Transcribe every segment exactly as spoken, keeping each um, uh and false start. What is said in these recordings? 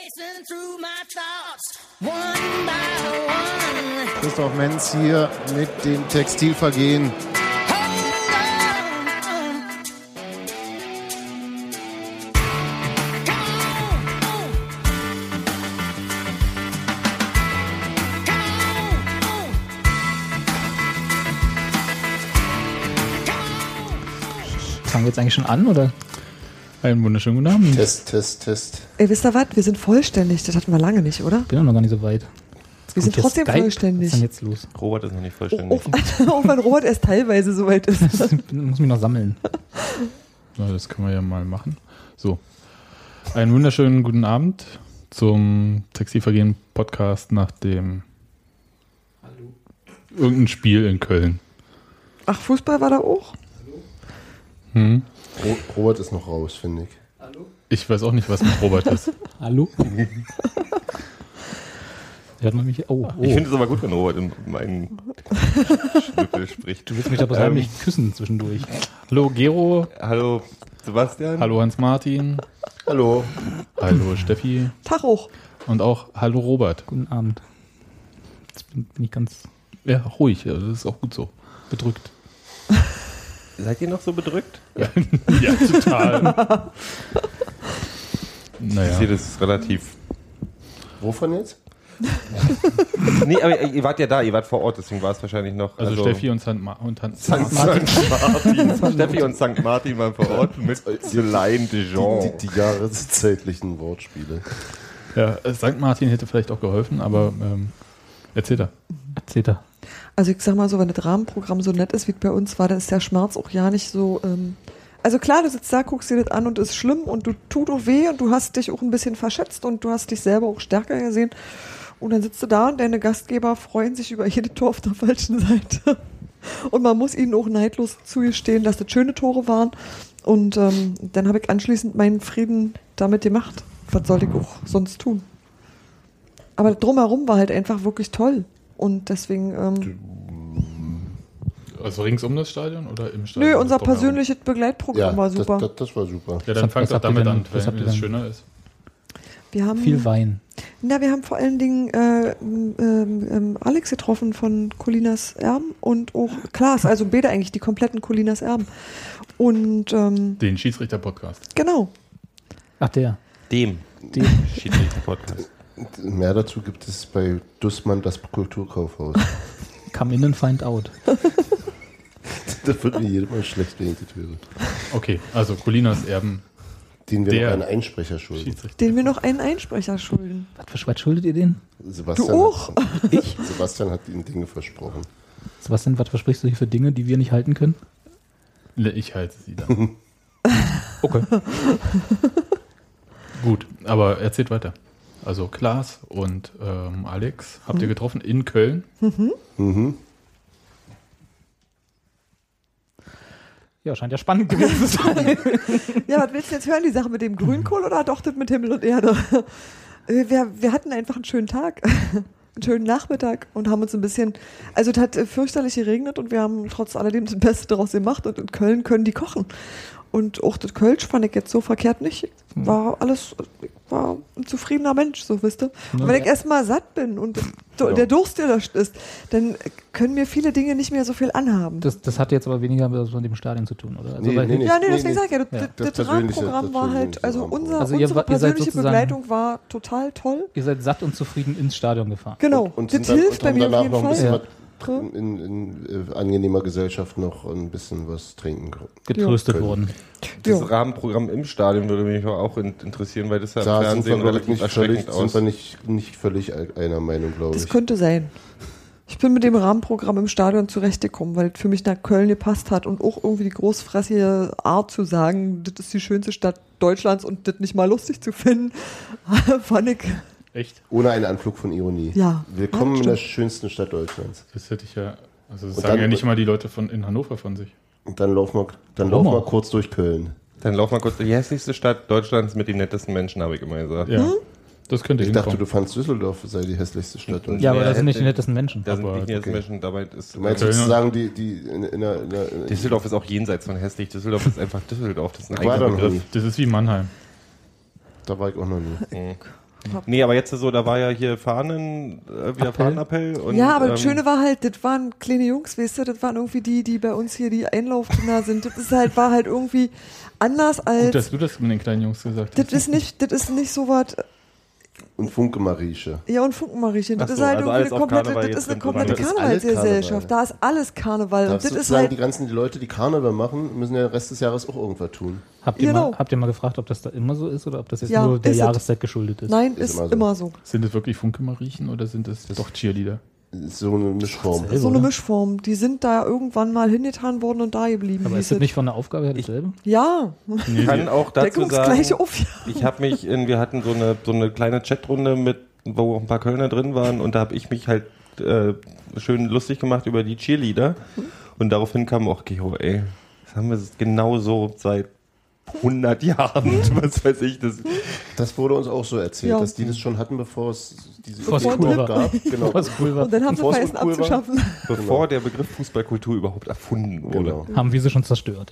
Christoph Menz hier mit dem Textilvergehen. Fangen wir jetzt eigentlich schon an, oder? Einen wunderschönen guten Abend. Test, Test, Test. Ey, wisst ihr was? Wir sind vollständig. Das hatten wir lange nicht, oder? Ich bin ja noch gar nicht so weit. Wir sind trotzdem Skype. vollständig. Was ist denn jetzt los? Robert ist noch nicht vollständig. Auch, auch wenn Robert erst teilweise so weit ist. Ich muss mich noch sammeln. Na, das können wir ja mal machen. So. Einen wunderschönen guten Abend zum Textilvergehen Podcast nach dem Hallo. Irgendein Spiel in Köln. Ach, Fußball war da auch? Hm? Robert ist noch raus, finde ich. Hallo? Ich weiß auch nicht, was mit Robert ist. Hallo? Der hat mich, oh, oh. Ich finde es aber gut, wenn Robert in meinen Schnüppel spricht. Du willst mich aber heimlich ähm, küssen zwischendurch. Hallo Gero. Hallo Sebastian. Hallo Hans-Martin. Hallo. Hallo Steffi. Tag hoch. Und auch hallo Robert. Guten Abend. Jetzt bin ich ganz ja, ruhig, das ist auch gut so. Bedrückt. Seid ihr noch so bedrückt? Ja, ja total. Naja. Ich sehe das relativ. Wovon jetzt? Nee, aber ihr wart ja da, ihr wart vor Ort, deswegen war es wahrscheinlich noch. Also, also Steffi und Sankt Ma- und Sankt Martin. Martin. Steffi und Sankt Martin waren vor Ort mit Solain Dijon. Die, die, die jahreszeitlichen Wortspiele. Ja, Sankt Martin hätte vielleicht auch geholfen, aber ähm, erzähl da. Erzähl da. Also ich sag mal so, wenn das Rahmenprogramm so nett ist, wie es bei uns war, dann ist der Schmerz auch ja nicht so... Ähm also klar, du sitzt da, guckst dir das an und ist schlimm und du tut auch weh und du hast dich auch ein bisschen verschätzt und du hast dich selber auch stärker gesehen. Und dann sitzt du da und deine Gastgeber freuen sich über jede Tor auf der falschen Seite. Und man muss ihnen auch neidlos zugestehen, dass das schöne Tore waren. Und ähm, dann habe ich anschließend meinen Frieden damit gemacht. Was soll ich auch sonst tun? Aber drumherum war halt einfach wirklich toll. Und deswegen... Ähm, also rings um das Stadion oder im Stadion? Nö, unser persönliches Begleitprogramm ja, war super. Das, das, das war super. Ja, dann fangt doch damit an, wenn es schöner ist. Wir haben, viel Wein. Na, wir haben vor allen Dingen äh, ähm, Alex getroffen von Colinas Erben und auch Klaas, also beide eigentlich, die kompletten Colinas Erben. Und ähm, den Schiedsrichter-Podcast. Genau. Ach, der. Dem. Dem Schiedsrichter-Podcast. Mehr dazu gibt es bei Dussmann, das Kulturkaufhaus. Come in and find out. Das wird mir jedes Mal schlecht, wenn ich das höre. Okay, also Colinas Erben. Den wir der noch einen Einsprecher schulden. Den wir noch einen Einsprecher schulden. Was, was schuldet ihr den? Sebastian du auch? Hat, ich? Sebastian hat ihnen Dinge versprochen. Sebastian, was versprichst du hier für Dinge, die wir nicht halten können? Ich halte sie dann. Okay. Gut, aber erzählt weiter. Also Klaas und ähm, Alex habt mhm. ihr getroffen in Köln. Mhm. Mhm. Ja, scheint ja spannend gewesen zu sein. Ja, was willst du jetzt hören? Die Sache mit dem Grünkohl oder doch das mit Himmel und Erde? Wir, wir hatten einfach einen schönen Tag, einen schönen Nachmittag und haben uns ein bisschen, also es hat fürchterlich geregnet und wir haben trotz alledem das Beste daraus gemacht und in Köln können die kochen. Und auch das Kölsch fand ich jetzt so verkehrt nicht. War alles, ich war ein zufriedener Mensch, so wisst ihr. Und wenn ich erstmal satt bin und ja. der Durst gelöscht ist, dann können mir viele Dinge nicht mehr so viel anhaben. Das, das hat jetzt aber weniger mit dem Stadion zu tun, oder? Also nee, nee, nee, ja, nee, deswegen nee, sage ich ja, das, ja. das, das Rahmenprogramm war halt, also, unser, also ihr, unsere ihr seid persönliche Begleitung war total toll. Ihr seid satt und zufrieden ins Stadion gefahren. Genau, und, und das dann, hilft und bei mir auf jeden noch ein bisschen Fall. was in, in, in angenehmer Gesellschaft noch ein bisschen was trinken getröstet können. worden. Das Jo. Rahmenprogramm im Stadion würde mich auch interessieren, weil das ja im Da sind Fernsehen wir, relativ nicht erschreckend völlig, aus. sind wir nicht, nicht völlig einer Meinung, glaube ich. Das könnte sein. Ich bin mit dem Rahmenprogramm im Stadion zurechtgekommen, weil es für mich nach Köln gepasst hat und auch irgendwie die großfressige Art zu sagen, das ist die schönste Stadt Deutschlands und das nicht mal lustig zu finden, fand ich. Echt? Ohne einen Anflug von Ironie. Ja. Willkommen ja, in der schönsten Stadt Deutschlands. Das hätte ich ja, also das und sagen dann, ja nicht mal die Leute von in Hannover von sich. Und dann laufen wir, dann laufen wir kurz durch Köln. Dann lauf mal kurz. Die hässlichste Stadt Deutschlands mit den nettesten Menschen, habe ich immer gesagt. Ja, hm? Das könnte ich hinkommen. dachte, du fandst Düsseldorf sei die hässlichste Stadt. Ja, aber ja, da sind nicht die hätte- nettesten Menschen. Da sind Aber nicht die nettesten okay. Menschen, dabei ist. Du meinst Köln- sozusagen, die, die in, in der, in der, in Düsseldorf ist auch jenseits von hässlich. Düsseldorf ist einfach Düsseldorf. Das ist ein Ich war da eigener noch nie. Begriff. Das ist wie Mannheim. Da war ich auch noch nie. Mhm. gemacht. Nee, aber jetzt so, da war ja hier Fahnen, äh, wieder Appell. Fahnenappell. Und, Ja, aber ähm, das Schöne war halt, das waren kleine Jungs, weißt du, das waren irgendwie die, die bei uns hier die Einlaufkinder sind. Das ist halt, war halt irgendwie anders als. Gut, dass du das mit den kleinen Jungs gesagt Das hast. ist nicht, das ist nicht so was. Und Funke Marieche. Ja, und Funkenmariechen. Das Ach ist so, halt also irgendwie alles eine auf komplette, Karneval das ist eine getrimmt, oder? komplette Das ist alles Karnevalsgesellschaft. Karneval. Da ist alles Karneval. Da Und ist das ist sozusagen halt. die ganzen die Leute, die Karneval machen, müssen ja den Rest des Jahres auch irgendwas tun. Habt ihr, Genau. mal, habt ihr mal gefragt, ob das da immer so ist oder ob das jetzt Ja, nur der ist es. Jahreszeit geschuldet ist? Nein, Ist ist, immer so. immer so. Sind das wirklich Funke-Mariechen oder sind das doch Cheerleader? Das ist so eine Mischform. Selber, So eine oder? Mischform. Die sind da irgendwann mal hingetan worden und da geblieben. Aber hieß ist das es. nicht von der Aufgabe her dasselbe? Ja, Ich kann auch dazu deckungsgleich sagen, auf. Ja. ich habe mich, in, wir hatten so eine, so eine kleine Chatrunde mit, wo auch ein paar Kölner drin waren und da habe ich mich halt äh, schön lustig gemacht über die Cheerleader und daraufhin kam auch, okay, oh, ey, das haben wir genau so seit hundert Jahren, was weiß ich. Das, Das wurde uns auch so erzählt, Ja. dass die das schon hatten, bevor es diese Bevor es Idee cool war. gab. Genau. Was cool war. Und dann haben sie Bevor es vergessen cool war. abzuschaffen. bevor der Begriff Fußballkultur überhaupt erfunden wurde. Genau. Haben wir sie schon zerstört.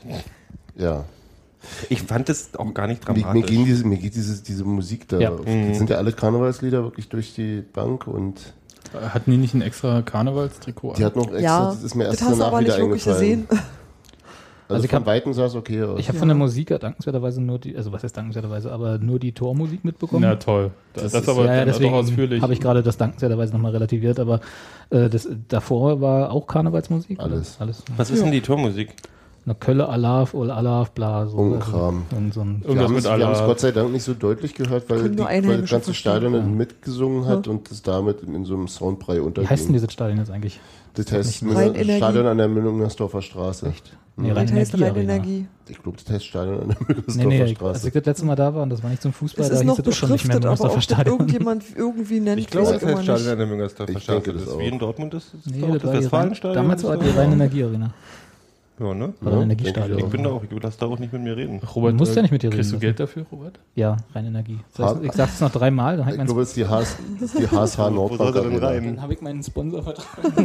Ja. Ich fand es auch gar nicht Mir, mir, dramatisch. ging diese, mir geht diese, diese Musik da. Ja. Das sind ja alle Karnevalslieder wirklich durch die Bank und Hatten die nicht ein extra Karnevalstrikot die an? hat noch extra, Ja, das ist mir das erst hast du danach aber wieder nicht wirklich eingefallen. gesehen. Also, Also ich von hab- Weitem sah es okay aus. Ich habe Ja. von der Musik ja dankenswerterweise nur die, also was heißt dankenswerterweise, aber nur die Tormusik mitbekommen. Na toll. Das, Das das ist- aber ja, ja, dann doch deswegen ausführlich. habe ich gerade das dankenswerterweise nochmal relativiert, aber äh, das, davor war auch Karnevalsmusik? oder? Alles. Alles. Was ist denn die Tormusik? Na, Kölle, Alaf, Ol Alaf, bla, so. Unkram. Also, und so ein, Wir Irgendwas haben mit es wir haben es Allah. Gott sei Dank nicht so deutlich gehört, weil, Können die, nur weil das Einheimische ganze verstehen. Stadion Ja. mitgesungen hat und das damit in so einem Soundbrei wie unterging. heißt denn dieses Stadion jetzt eigentlich? Das Hat heißt nicht- Rheinenergie. Stadion an der Müngersdorfer Straße. Echt? Nee, Das heißt Rhein-Energie-Arena. Rheinenergie. Ich glaube, das heißt Stadion an der Nee, Müngersdorfer nee, als Straße. ich das letzte Mal da war und das war nicht zum Fußball, Es da ist hieß noch es auch schon nicht mehr beschriftet, aber ob das Müngersdorfer-Stadion. irgendjemand irgendwie nennt, Ich glaube, weiß das ich immer heißt Stadion nicht. an der Müngersdorfer Ich denke Straße. das Das ist auch. wie in Dortmund ist. Das ist Nee, doch das das war die Rhein, Westfalenstadion. damals war die oder so. Rhein-Energie-Arena. Ja, ne? Oder Ja, Energiestadion. denke Ich bin da auch, ich lass da auch nicht mit mir reden. Robert, Du musst äh, ja nicht mit dir Kriegst reden du Geld dafür, Robert? Ja, Rhein-Energie. Das heißt, Ha- ich sag's noch dreimal, dann habe Ich ich, glaube, meinen, das ist die H S, das ist die H S H Wo soll Nordbank er denn Arena. rein? dann hab ich meinen Sponsorvertrag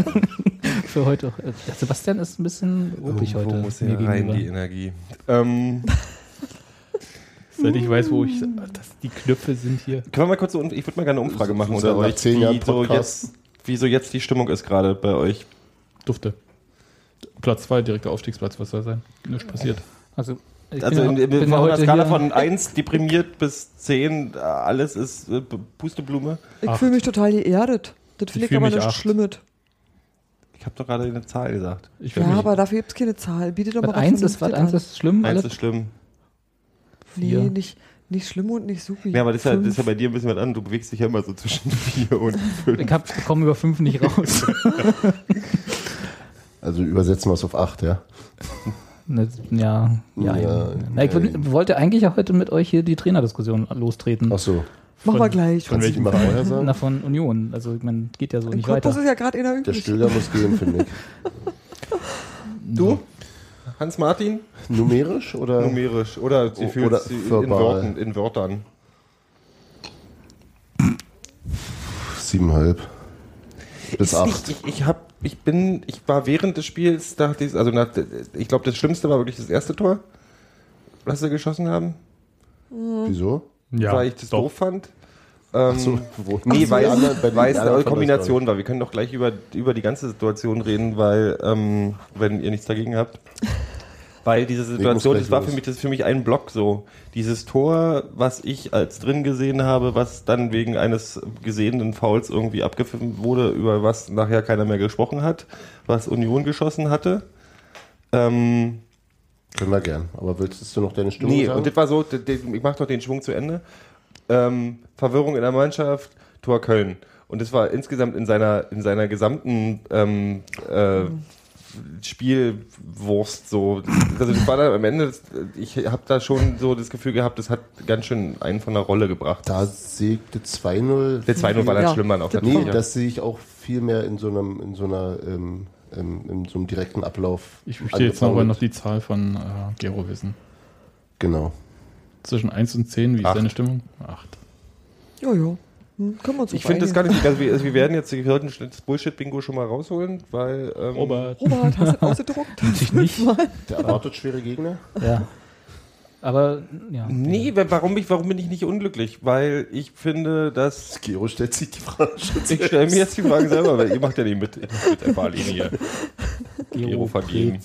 für heute. auch. Der Sebastian ist ein bisschen ruppig Wo heute. muss mir ja rein, gegenüber. die Energie? Ähm, Seit ich weiß, wo ich, dass die Knöpfe sind hier. können wir mal kurz so, ich würde mal gerne eine Umfrage machen So unter nach euch, zehn wie Jahren so, Podcast. jetzt, wie so jetzt die Stimmung ist gerade bei euch. Dufte. Platz zwei, direkter Aufstiegsplatz, was soll sein? Nichts passiert. Also, ich Also bin, in, bin in, ja von einer heute Skala hier, von eins deprimiert bis zehn, äh, alles ist äh, Pusteblume. Ich Acht. fühle mich total geerdet. Das Ich finde ich fühl aber mich nicht acht. Schlimmes. Ich habe doch gerade eine Zahl gesagt. Ich Ja, will mich, aber dafür gibt es keine Zahl. Bietet doch mal was was eins ist, was Vernünftiges eins ist schlimm, Eins alles ist schlimm. vier. Nee, nicht, nicht schlimm und nicht super. Ja, aber das ist ja, das ist ja bei dir ein bisschen was an. Du bewegst dich ja immer so zwischen vier und fünf. Ich, hab, ich komme über fünf nicht raus. Also übersetzen wir es auf acht, ja. Ne, ja, ja. Ja, Na, ich nee. wollte- wollte eigentlich ja heute mit euch hier die Trainerdiskussion lostreten. Ach so. Machen wir gleich. Von Kannst du die welchem mal vorher sagen? Na, von Union. Also, ich meine, geht ja so Im nicht Cottbus weiter. ist ja gerade einer Der übrig. Stöger muss gehen, finde ich. Du? Hans-Martin? Numerisch oder? Numerisch. Oder sie O- fühlt oder sie in, verbal. Wörtern, in Wörtern. Siebeneinhalb. Bis Ist acht. nicht- Ich, ich, hab, ich bin, ich war während des Spiels, dachte ich, also nach, ich glaube, das Schlimmste war wirklich das erste Tor, was sie geschossen haben, Wieso? ja, weil ich das doch. doof fand. Ähm, So, wo, Nee, Ach so, weil, die anderen- bei den weil es anderen eine fand ich Kombination war. Wir können doch gleich über, über die ganze Situation reden, weil, ähm, wenn ihr nichts dagegen habt. Weil diese Situation, gleich das war los. für mich, das ist für mich ein Block so. Dieses Tor, was ich als drin gesehen habe, was dann wegen eines gesehenen Fouls irgendwie abgepfiffen wurde, über was nachher keiner mehr gesprochen hat, was Union geschossen hatte. Ähm, Können wir gern. Aber willst du noch deine Stimmung Nee, sagen? und das war so, d- d- ich mach doch den Schwung zu Ende. Ähm, Verwirrung in der Mannschaft, Tor Köln. Und das war insgesamt in seiner, in seiner gesamten ähm, äh, Spielwurst so. Also das war dann am Ende, das, ich habe da schon so das Gefühl gehabt, das hat ganz schön einen von der Rolle gebracht. Da segte zwei null. Der zwei null war dann Ja, schlimm dann auch. das Nee, natürlich, ja. das sehe ich auch viel mehr in so einem, in so einer, ähm, ähm, in so einem direkten Ablauf. Ich möchte jetzt noch, Angefangen aber mit- noch die Zahl von äh, Gero wissen. Genau. Zwischen eins und zehn, wie ist Acht. deine Stimmung? acht. Jojo. Hm, können wir uns Ich auf finde das gar einigen. nicht, also wir, also wir werden jetzt, wir sollten das Bullshit-Bingo schon mal rausholen, weil ähm, Robert. Robert, hast du das ausgedruckt? Ich nicht. Der erwartet schwere Gegner. Ja. Aber, ja. Nee, warum, ich, warum bin ich nicht unglücklich? Weil ich finde, dass... Gero stellt sich die Frage schon Ich stelle mir jetzt die Frage selber, weil ihr macht ja nicht mit. Ich mach mit der Bahrlinie. Gero, Gero vergeben.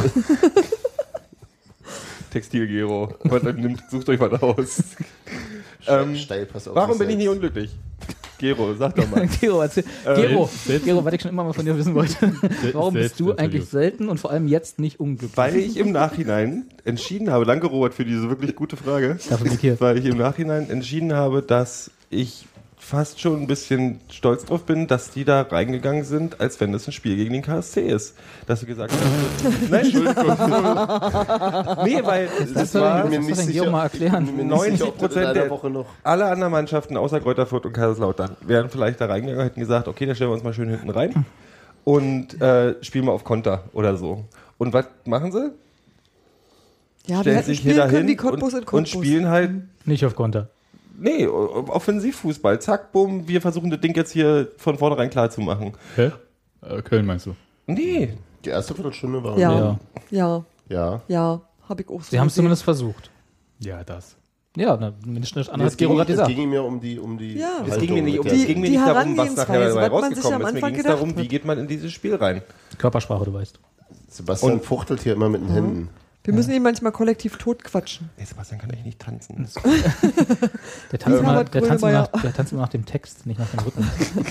Textil-Gero. Nimmt, sucht euch was aus. ähm, Steil, pass auf. warum bin ich nicht unglücklich? Gero, sag doch mal. Gero, erzähl. Äh, Gero, selten- Gero, was ich schon immer mal von dir wissen wollte. Warum bist du Selbstinterview. eigentlich selten und vor allem jetzt nicht unglücklich? Weil ich im Nachhinein entschieden habe, danke Robert für diese wirklich gute Frage, Dafür bin ich hier. weil ich im Nachhinein entschieden habe, dass ich fast schon ein bisschen stolz drauf bin, dass die da reingegangen sind, als wenn das ein Spiel gegen den K S C ist. Dass sie gesagt haben, nein, Entschuldigung. nee, weil Das das soll war denn- das soll denn Gero mal erklären. neunzig Prozent der, Woche noch. alle anderen Mannschaften außer Kräuter Fürth und Kaiserslautern wären vielleicht da reingegangen und hätten gesagt, okay, dann stellen wir uns mal schön hinten rein und äh, spielen mal auf Konter oder so. Und was machen sie? Ja, wir Stellen hätten sich hier spielen können dahin wie Cottbus in und, und Cottbus. spielen halt, Nicht auf Konter. nee, Offensivfußball. Zack, bumm, wir versuchen das Ding jetzt hier von vornherein klar zu machen. Hä? Äh, Köln meinst du? Nee, Die erste Viertelstunde war... Ja. Ja. Ja, Ja. ja, habe ich auch so Sie haben es gesehen. zumindest versucht. Ja, das. Ja, na, mindestens Nee, anders es, Gero ging, gerade es gesagt. ging mir um die, um die Ja. Es es ging mir nicht, um, mit es der- ging mir die nicht darum, was nachher Herangehensweise, dabei was man sich rausgekommen am ist. Mir Anfang ging es gedacht darum, wie hat. geht man in dieses Spiel rein. Körpersprache, du weißt. Sebastian Und- fuchtelt hier immer mit den Händen. Wir müssen ihn manchmal kollektiv totquatschen. Ey, Sebastian kann eigentlich nicht tanzen. Der tanzt, Ähm, immer, Herbert der, tanzt immer Grönemeyer. nach, der tanzt immer nach dem Text, nicht nach dem Rhythmus.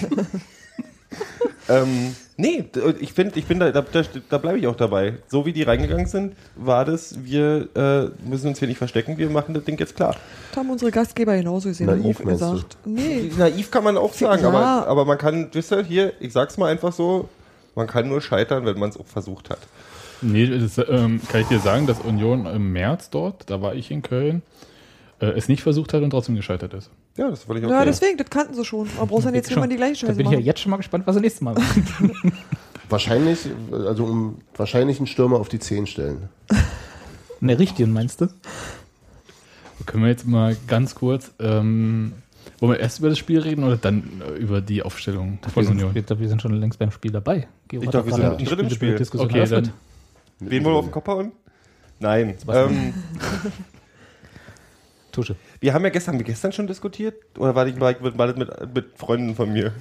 ähm, nee, d- ich finde, ich bin da, da, da, da bleibe ich auch dabei. So wie die reingegangen sind, war das, wir äh, müssen uns hier nicht verstecken, wir machen das Ding jetzt klar. Das haben unsere Gastgeber genauso gesehen. haben Naiv, auch meinst du? gesagt. Nee, Naiv kann man auch sagen, Ja. aber, aber man kann, wisst ihr, hier, ich sag's mal einfach so, man kann nur scheitern, wenn man es auch versucht hat. Nee, das, ähm, kann ich dir sagen, dass Union im März dort, da war ich in Köln, äh, es nicht versucht hat und trotzdem gescheitert ist. Ja, das wollte ich auch ja, sehen. deswegen, das kannten sie schon. Aber brauchst du jetzt immer die gleiche Da Scheiße bin ich ja machen. jetzt schon mal gespannt, was sie nächstes Mal machen. Wahrscheinlich, also um, wahrscheinlich einen Stürmer auf die zehn stellen. Ne, richtigen meinst du? Können wir jetzt mal ganz kurz, ähm, wollen wir erst über das Spiel reden oder dann äh, über die Aufstellung Wir von sind, Union? wir, wir sind schon längst beim Spiel dabei. Gero Ich hat glaub, wir doch sind gerade die mittendrin im Spiele- Spiel. Diskussion Okay, eröffnet. dann Wen wollen wir auf den Kopf hauen? Nein. Sebastian. Ähm, Tusche. wir haben ja gestern, haben wir gestern schon diskutiert? Oder war, ich, war, ich, war das mit, mit Freunden von mir?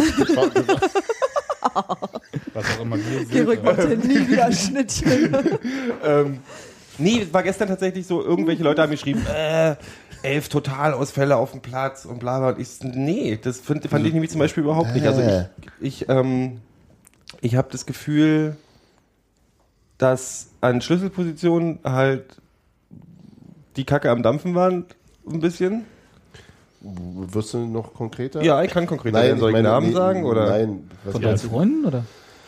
Was auch immer wir sind. Gero, ich wollte nie wieder Schnittchen. ähm, nee, es war gestern tatsächlich so, irgendwelche Leute haben geschrieben, äh, elf Totalausfälle auf dem Platz und bla bla. Und ich, nee, das find, fand ich nämlich zum Beispiel überhaupt nicht. Also ich, ich, ähm, ich habe das Gefühl, dass an Schlüsselpositionen halt die Kacke am Dampfen waren, ein bisschen. Wirst du noch konkreter? Ja, ich kann konkret sein. Soll ich meine, Namen nee, sagen? Oder? Nein, was Von deinen meinst du? Freunden, oder?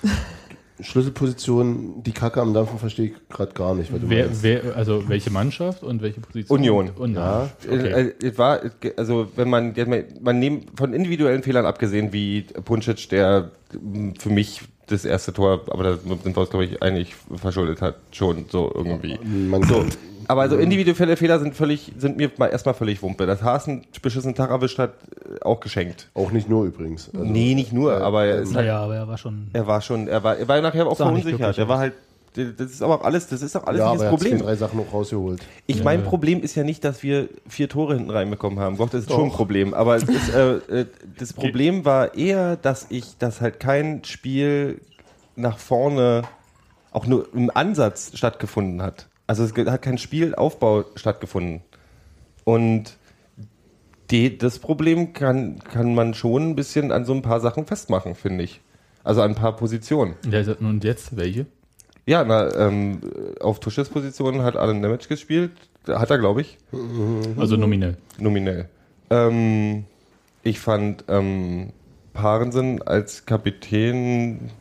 Schlüsselposition, die Kacke am Dampfen verstehe ich gerade gar nicht. Was du Wer, meinst. wer, also welche Mannschaft und welche Position? Union. Und, Ja. okay. Äh, äh, es war, also wenn man, man nehmen, von individuellen Fehlern abgesehen, wie Puncic, der mh, für mich das erste Tor, aber da sind wir uns, glaube ich, eigentlich verschuldet hat, schon so irgendwie. Man So, aber so individuelle Fehler sind völlig, sind mir mal erstmal völlig Wumpe. Dass Haas einen beschissenen Tag erwischt hat, äh, auch geschenkt. Auch nicht nur übrigens. Also, nee, nicht nur, äh, aber er, ähm, ist halt, Naja, aber er war schon. er war schon, er war, er war nachher auch Sah nicht verunsichert. glücklich Er war aus. halt, das ist aber auch alles, das ist auch alles ja, nicht aber das er hat zwei, Problem. drei Sachen noch rausgeholt. Ich, Ja. mein Problem ist ja nicht, dass wir vier Tore hinten reinbekommen haben. Gott, das ist Doch. schon ein Problem. Aber es ist, äh, äh, das Problem war eher, dass ich, dass halt kein Spiel nach vorne auch nur im Ansatz stattgefunden hat. Also es hat kein Spielaufbau stattgefunden. Und die, das Problem kann, kann man schon ein bisschen an so ein paar Sachen festmachen, finde ich. Also an ein paar Positionen. Ja, und jetzt welche? Ja, na, ähm, auf Tusches Position hat Alan Nemec gespielt. Hat er, glaube ich. Also nominell. Nominell. Ähm, ich fand ähm, Parensen als Kapitän.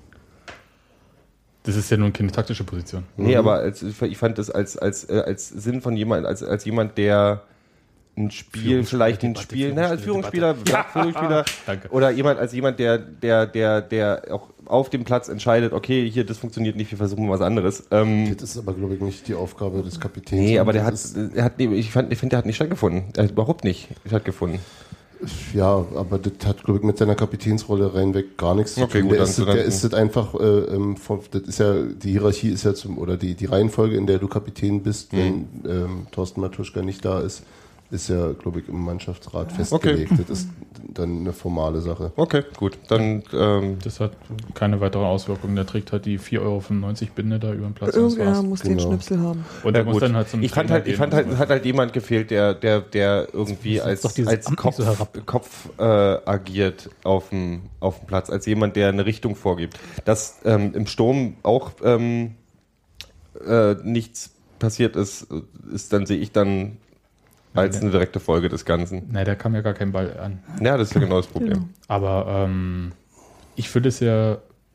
Das ist ja nun keine taktische Position. Nee, aber als, ich fand das als, als, äh, als Sinn von jemand, als, als jemand, der ein Spiel, vielleicht ein Debatte, Spiel, naja, als Führungsspieler, ja, Führungsspieler Danke. oder jemand als jemand, der, der, der, der auch auf dem Platz entscheidet, okay, hier, das funktioniert nicht, wir versuchen was anderes. Ähm, Das ist aber, glaube ich, nicht die Aufgabe des Kapitäns. nee, aber der hat, Das ist- er hat, nee, ich fand, ich finde, der hat nicht stattgefunden. Er hat überhaupt nicht stattgefunden. Ja, aber das hat, glaube ich, mit seiner Kapitänsrolle reinweg gar nichts zu Okay, tun. gut, Der dann- ist, der dann- ist das einfach, äh, ähm, von, das ist ja, die Hierarchie ist ja zum, oder die, die Reihenfolge, in der du Kapitän bist, wenn ähm, Thorsten Matuschka nicht da ist, ist ja, glaube ich, im Mannschaftsrat festgelegt. Okay. Das ist dann eine formale Sache. Okay, gut. Dann, ähm, Das hat keine weiteren Auswirkungen. Der trägt halt die vier Euro fünfundneunzig Binde da über den Platz. und das Irgendwer war's. muss den Genau. Schnipsel haben. Und ja, er muss gut. dann halt zum ich fand Trainer halt, ich gehen fand und halt, so es hat halt jemand gefehlt, der, der, der irgendwie Das als, doch dieses als Amt Kopf, nicht so herab. Kopf äh, agiert auf dem, auf dem Platz, als jemand, der eine Richtung vorgibt. Dass ähm, im Sturm auch ähm, äh, nichts passiert ist, ist dann sehe ich dann als eine direkte Folge des Ganzen. Nein, da kam ja gar kein Ball an. Ja, das ist ja genau das Problem. Genau. Aber ähm, ich würde es ja,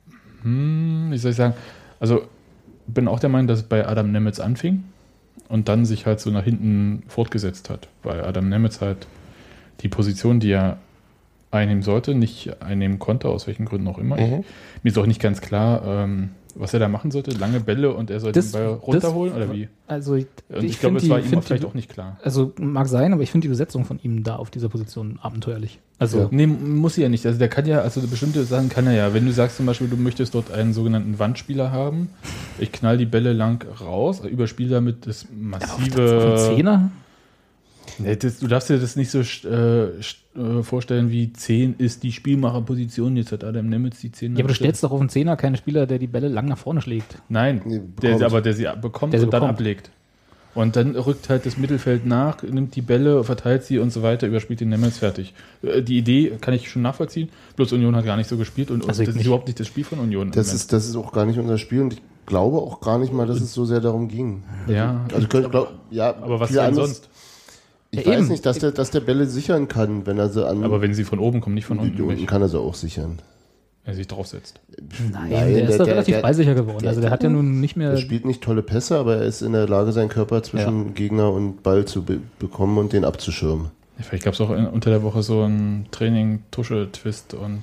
hm, wie soll ich sagen, also bin auch der Meinung, dass es bei Adam Nemetz anfing und dann sich halt so nach hinten fortgesetzt hat, weil Adam Nemetz halt die Position, die er einnehmen sollte, nicht einnehmen konnte, aus welchen Gründen auch immer. Mhm. Ich, mir ist auch nicht ganz klar, ähm, was er da machen sollte. Lange Bälle und er sollte Das- den Ball runterholen das- oder wie? Also ich, Und ich, ich glaube, find es war die- ihm find auch vielleicht die- auch nicht klar. Also mag sein, aber ich finde die Besetzung von ihm da auf dieser Position abenteuerlich. Also Ja. Nee, muss sie ja nicht. Also der kann ja, also bestimmte Sachen kann er ja. Wenn du sagst zum Beispiel, du möchtest dort einen sogenannten Wandspieler haben, ich knall die Bälle lang raus, überspiele damit das auf massive... Zehner? Nee, das, du darfst dir das nicht so äh, äh, vorstellen, wie zehn ist die Spielmacherposition, jetzt hat Adam Nemetz die zehn. Ja, aber du stellst doch auf einen Zehner keinen Spieler, der die Bälle lang nach vorne schlägt. Nein, Nee, der, bekommt. aber der sie bekommt Der sie und dann bekommt. ablegt. Und dann rückt halt das Mittelfeld nach, nimmt die Bälle, verteilt sie und so weiter, überspielt den Nemetz fertig. Äh, Die Idee kann ich schon nachvollziehen, bloß Union hat gar nicht so gespielt und, und Also ich das ist nicht. überhaupt nicht das Spiel von Union. im Das Moment. ist, das ist auch gar nicht unser Spiel und ich glaube auch gar nicht mal, dass es so sehr darum ging. ja, Also ich könnte, glaub, ja, aber was viel denn anderes- sonst? Ich Ja, weiß eben. nicht, dass der, dass der Bälle sichern kann, wenn er sie an. Aber wenn sie von oben kommen, nicht von unten, unten nämlich, kann er sie auch sichern. wenn er sich draufsetzt. Nein, Nein, der, der- ist da der- relativ der- ballsicher geworden. der- also der hat ja nun nicht mehr... Er spielt nicht tolle Pässe, aber er ist in der Lage, seinen Körper zwischen Gegner und Ball zu be bekommen und den abzuschirmen. Ja, vielleicht gab es auch in, unter der Woche so ein Training, Tusche-Twist und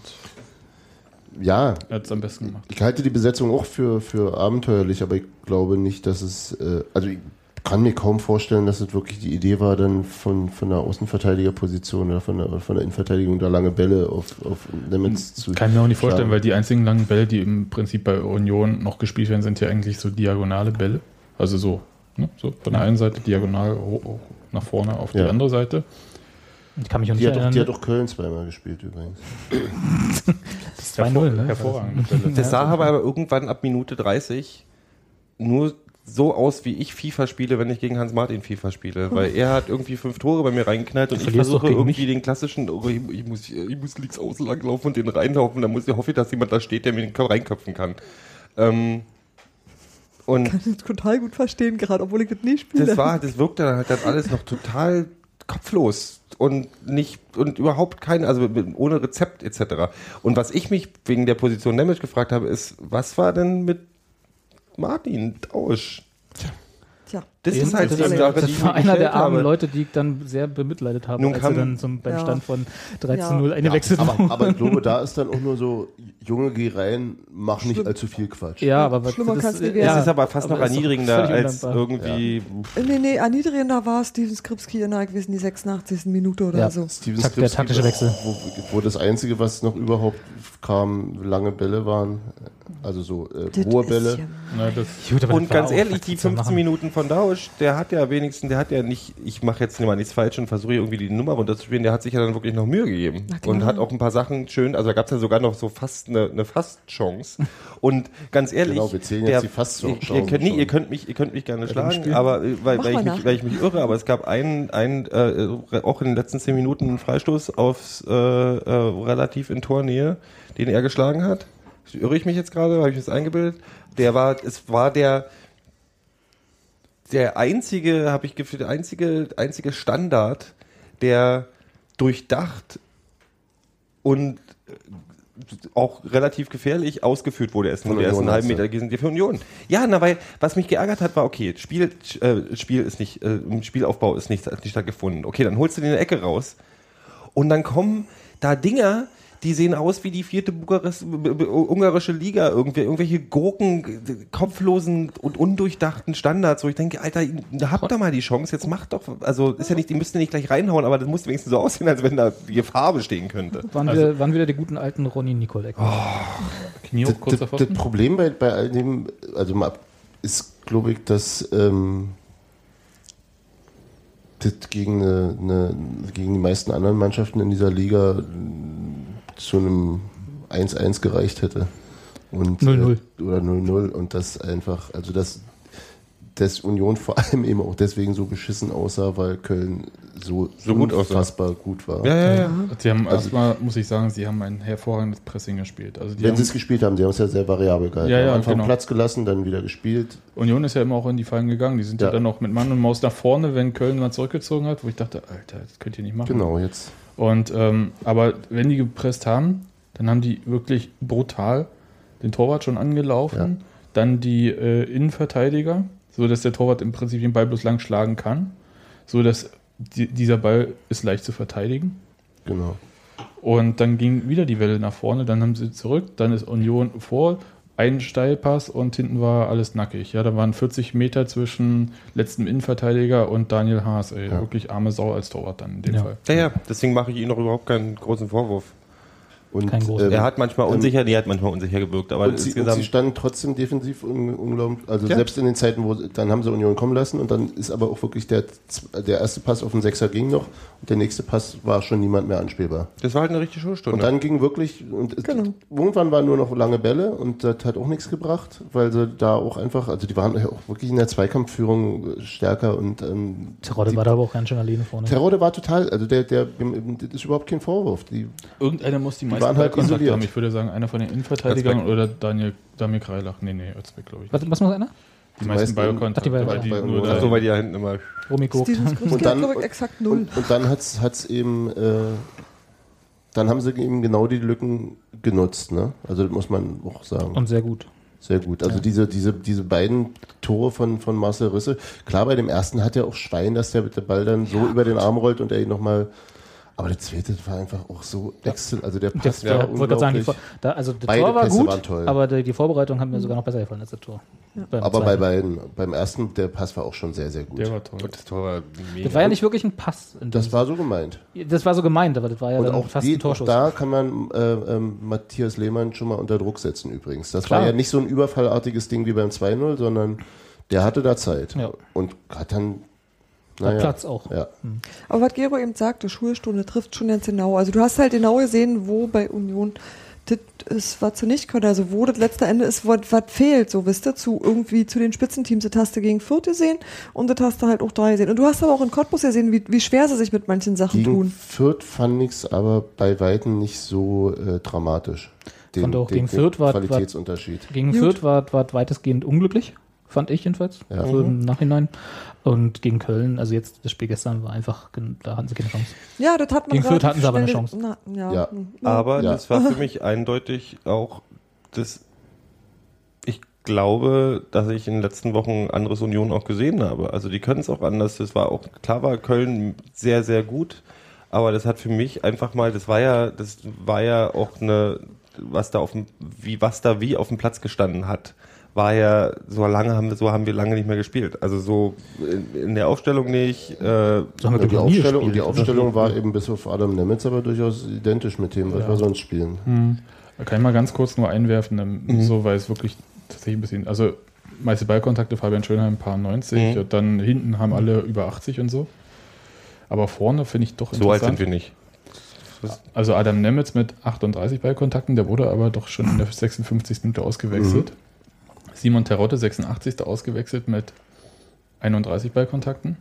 Ja, er hat es am besten gemacht. ich halte die Besetzung auch für, für abenteuerlich, aber ich glaube nicht, dass es. Äh, also ich kann mir kaum vorstellen, dass es wirklich die Idee war, dann von, von der Außenverteidigerposition oder von der, von der Innenverteidigung da lange Bälle auf, auf Nemetz zu. Kann ich mir auch nicht vorstellen, schlagen. weil die einzigen langen Bälle, die im Prinzip bei Union noch gespielt werden, sind ja eigentlich so diagonale Bälle. Also so, ne? So von der einen Seite diagonal hoch, hoch nach vorne auf die Ja. andere Seite. Ich kann mich auch nicht Die hat, doch, erinnern. die hat doch Köln zweimal gespielt übrigens. Das zwei null, ne? Hervorragende Bälle. Das sah aber irgendwann ab Minute dreißig nur so aus, wie ich FIFA spiele, wenn ich gegen Hans-Martin FIFA spiele. Weil er hat irgendwie fünf Tore bei mir reingeknallt und ich verlierst doch versuche gegen irgendwie den klassischen, oh, ich, ich, muss, ich muss links außen langlaufen und den reinlaufen. Dann muss ich hoffe, dass jemand da steht, der mir den reinköpfen kann. Ähm, und Kann ich total gut verstehen, gerade obwohl ich das nie spiele. das war, das wirkte dann halt das alles noch total kopflos und nicht und überhaupt kein, also ohne Rezept et cetera. Und was ich mich wegen der Position Nemetz gefragt habe, ist, was war denn mit Martin Tausch? Tja. Das ist halt das, die ist, Sache, die das ich war mir einer der gestellt armen habe. Leute, die ich dann sehr bemitleidet habe, Nun als kam- sie dann zum, beim Ja. Stand von dreizehn null Ja. eingewechselt aber, wurden. aber ich glaube, da ist dann auch nur so, Junge, geh rein, mach nicht Schlimm. allzu viel Quatsch. Ja, aber was, Schlimmer das, kann's nicht äh, werden. ja, Das ist aber fast noch ist doch erniedrigender völlig als undankbar. irgendwie. Nee, nee, erniedrigender war Steven Skripski in der gewesen, die sechsundachtzigsten Minute oder Ja. so. Steven Takt- der Skripski, taktische Wechsel. Wo, wo das Einzige, was noch überhaupt kam, lange Bälle waren. Also so äh, Das hohe ist Bälle. ja- Na, das, Gut, aber Und das war ganz auch ehrlich, was die zu machen. fünfzehn Minuten von Dausch, der hat ja wenigstens, der hat ja nicht, ich mache jetzt mal nichts falsch und versuche irgendwie die Nummer runterzuspielen, der hat sich ja dann wirklich noch Mühe gegeben. Na klar. Und hat auch ein paar Sachen schön, also da gab es ja sogar noch so fast eine, eine Fast-Chance. Und ganz ehrlich, Genau, wir zählen der, jetzt die Fast-Chance ihr, ihr, könnt, nee, schon. ihr, könnt mich, ihr könnt mich gerne dem schlagen, Spiel. aber äh, weil, Mach weil, ich mal mich, nach. weil ich mich irre, aber es gab einen, einen äh, auch in den letzten zehn Minuten einen Freistoß aufs äh, äh, relativ in Tornähe, den er geschlagen hat. Irre ich mich jetzt gerade? Habe ich das eingebildet? Der war, es war der, der einzige, habe ich gefühlt, der einzige, einzige Standard, der durchdacht und auch relativ gefährlich ausgeführt wurde. Erst Von nur der ersten Union halben meinst du? Meter gegen die für Union. Ja, na, weil, was mich geärgert hat, war, okay, Spiel, äh, Spiel ist nicht, äh, im Spielaufbau ist nicht, hat nicht stattgefunden. Okay, dann holst du den in der Ecke raus und dann kommen da Dinger, die sehen aus wie die vierte Bukarest, b- b- ungarische Liga, irgendwie, irgendwelche Gurken, kopflosen und undurchdachten Standards, wo ich denke, Alter, habt da mal die Chance, jetzt macht doch, also ist ja nicht, die müssten nicht gleich reinhauen, aber das muss wenigstens so aussehen, als wenn da die Gefahr bestehen könnte. Waren, Also- wir, waren wieder die guten alten Ronny Nikolek. Knie Das, hoch, kurzer das, das Pfosten. Problem bei, bei all dem, also mal ab- ist, glaube ich, dass ähm, das gegen, eine, eine, gegen die meisten anderen Mannschaften in dieser Liga äh, zu einem eins eins gereicht hätte. Und, null null. Äh, oder null null und das einfach, also das, das Union vor allem eben auch deswegen so beschissen aussah, weil Köln so, So gut aussah. unfassbar gut war. Ja, ja, ja. Sie haben Also- erstmal, muss ich sagen, sie haben ein hervorragendes Pressing gespielt. Also die Wenn haben, sie es gespielt haben, die haben es ja sehr variabel gehalten. Ja, ja, Am Anfang genau. Platz gelassen, dann wieder gespielt. Union ist ja immer auch in die Fallen gegangen. Die sind ja, Ja. dann auch mit Mann und Maus nach vorne, wenn Köln mal zurückgezogen hat, wo ich dachte, Alter, das könnt ihr nicht machen. Genau, jetzt. Und ähm, aber wenn die gepresst haben, dann haben die wirklich brutal den Torwart schon angelaufen, Ja. dann die äh, Innenverteidiger, so dass der Torwart im Prinzip den Ball bloß lang schlagen kann, so dass die, dieser Ball ist leicht zu verteidigen. Genau. Und dann ging wieder die Welle nach vorne, dann haben sie zurück, dann ist Union vor, ein Steilpass und hinten war alles nackig. Ja, da waren vierzig Meter zwischen letztem Innenverteidiger und Daniel Haas, ey. Ja. Wirklich arme Sau als Torwart dann in dem Ja. Fall. Ja, ja, deswegen mache ich ihm noch überhaupt keinen großen Vorwurf. Und, Kein großer. ähm, Er hat manchmal ähm, unsicher, die hat manchmal unsicher gewirkt, aber und, sie, und insgesamt. sie standen trotzdem defensiv un, unglaublich, also Ja. selbst in den Zeiten, wo dann haben sie Union kommen lassen und dann ist aber auch wirklich der, der erste Pass auf den Sechser ging noch und der nächste Pass war schon niemand mehr anspielbar. Das war halt eine richtige Schulstunde. Und dann ging wirklich, und es- Genau. irgendwann waren nur noch lange Bälle und das hat auch nichts gebracht, weil sie da auch einfach, also die waren ja auch wirklich in der Zweikampfführung stärker und ähm, Terodde die- war da aber auch ganz schön alleine vorne. Terode war total, also der, der, das ist überhaupt kein Vorwurf. Die, Irgendeiner muss die meisten waren halt Ballkontakte isoliert. haben. Ich würde sagen, einer von den Innenverteidigern oder Daniel Damir Kreilach. Nee, nee, Özbeck, glaube ich. Was, was muss einer? Die, die meisten meisten- Ballkontakte, Ach, die Ball- weil die bei nur Union. da- Ach so, weil die da hinten immer. Romy Koch. Steven Und Skripski hat, dann- glaube ich, exakt null. Und, und dann hat es eben, äh, dann haben sie eben genau die Lücken genutzt, ne? Also das muss man auch sagen. Und sehr gut. Sehr gut. Also Ja. diese, diese, diese beiden Tore von, von Marcel Risse, klar, bei dem ersten hat er auch Schwein, dass der mit dem Ball dann so über den Arm rollt und er ihn nochmal. Aber der zweite war einfach auch so exzellent. Also der Das, passt ja, ja wollte gerade sagen, die, unglaublich. Vor- da, also das Beide Tor war Pässe gut, waren toll. aber die, die Vorbereitung hat mir sogar noch besser gefallen als das Tor. Beim Aber bei zweiten. beiden, beim ersten, der Pass war auch schon sehr, sehr gut. Der war toll. Und das Tor war mega. Das war ja nicht wirklich ein Pass. in Das dem- war so gemeint. das war so gemeint, aber das war ja Und dann auch, fast die, ein auch Torschuss. da kann man äh, ähm, Matthias Lehmann schon mal unter Druck setzen übrigens. Das Klar. war ja nicht so ein überfallartiges Ding wie beim zwei null, sondern der hatte da Zeit. Ja. Und hat dann Hat naja, Platz auch. Ja. Aber was Gero eben sagte, Schulstunde trifft schon ganz genau. Also du hast halt genau gesehen, wo bei Union das ist, was sie nicht können. Also wo das letzte Ende ist, was was fehlt, so wisst ihr, zu irgendwie zu den Spitzenteams. Das hast du gegen Fürth gesehen und das hast du halt auch da gesehen. Und du hast aber auch in Cottbus gesehen, wie, wie schwer sie sich mit manchen Sachen Gegen tun. Fürth fand ich es aber bei Weitem nicht so äh, dramatisch. Den, Fand auch gegen Fürth war- war- Qualitätsunterschied. Gegen Gut. Fürth war, war weitestgehend unglücklich, fand ich jedenfalls. Ja. Also im Nachhinein. Und gegen Köln, also jetzt das Spiel gestern war einfach, gen- da hatten sie keine Chance. Ja, das hat man Gegen Fürth relativ hatten sie aber eine schnell- Chance. Na, ja. Ja. Hm. Aber Ja. das war für mich eindeutig auch das. Ich glaube, dass ich in den letzten Wochen ein anderes Union auch gesehen habe. Also die können es auch anders. Das war auch, klar war Köln sehr, sehr gut. Aber das hat für mich einfach mal, das war ja, das war ja auch eine, was da auf dem, wie, was da wie auf dem Platz gestanden hat, war ja, so lange haben wir, so haben wir lange nicht mehr gespielt. Also so in, in der Aufstellung nicht, äh, So haben wir, Und die glaub ich, nie Aufstellung, gespielt. die Aufstellung war eben bis auf Adam Nemitz aber durchaus identisch mit dem, was Ja. wir sonst spielen. Hm. Da kann ich mal ganz kurz nur einwerfen, ähm, Mhm. so weil es wirklich tatsächlich ein bisschen, also meiste Ballkontakte, Fabian Schönheim, ein paar neunzig, Mhm. und dann hinten haben alle über achtzig und so. Aber vorne finde ich doch so alt interessant. sind wir nicht. Also Adam Nemitz mit achtunddreißig Ballkontakten, der wurde aber doch schon in der sechsundfünfzigsten Minute ausgewechselt. Simon Terodde, sechsundachtzigsten ausgewechselt mit einunddreißig Ballkontakten.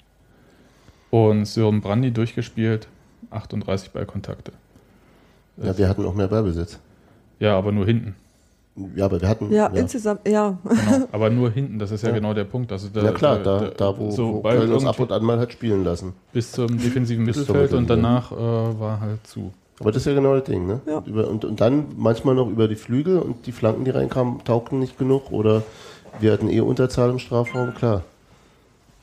Und Sören Brandy durchgespielt, achtunddreißig Ballkontakte. Ja, wir hatten auch mehr Ballbesitz. Ja, aber nur hinten. Ja, aber wir hatten. Ja, insgesamt, ja. Genau. Aber nur hinten, das ist ja, Ja. genau der Punkt. Also da, Ja klar, da, da wo, so wo Ball Köln uns ab irgendwie und an mal hat spielen lassen. bis zum defensiven Bis zum Mittelfeld und Mittelfeld. danach äh, war halt zu. Aber das ist ja genau das Ding, ne? Ja. Über, und, und dann manchmal noch über die Flügel und die Flanken, die reinkamen, taugten nicht genug oder wir hatten eh Unterzahl im Strafraum, klar.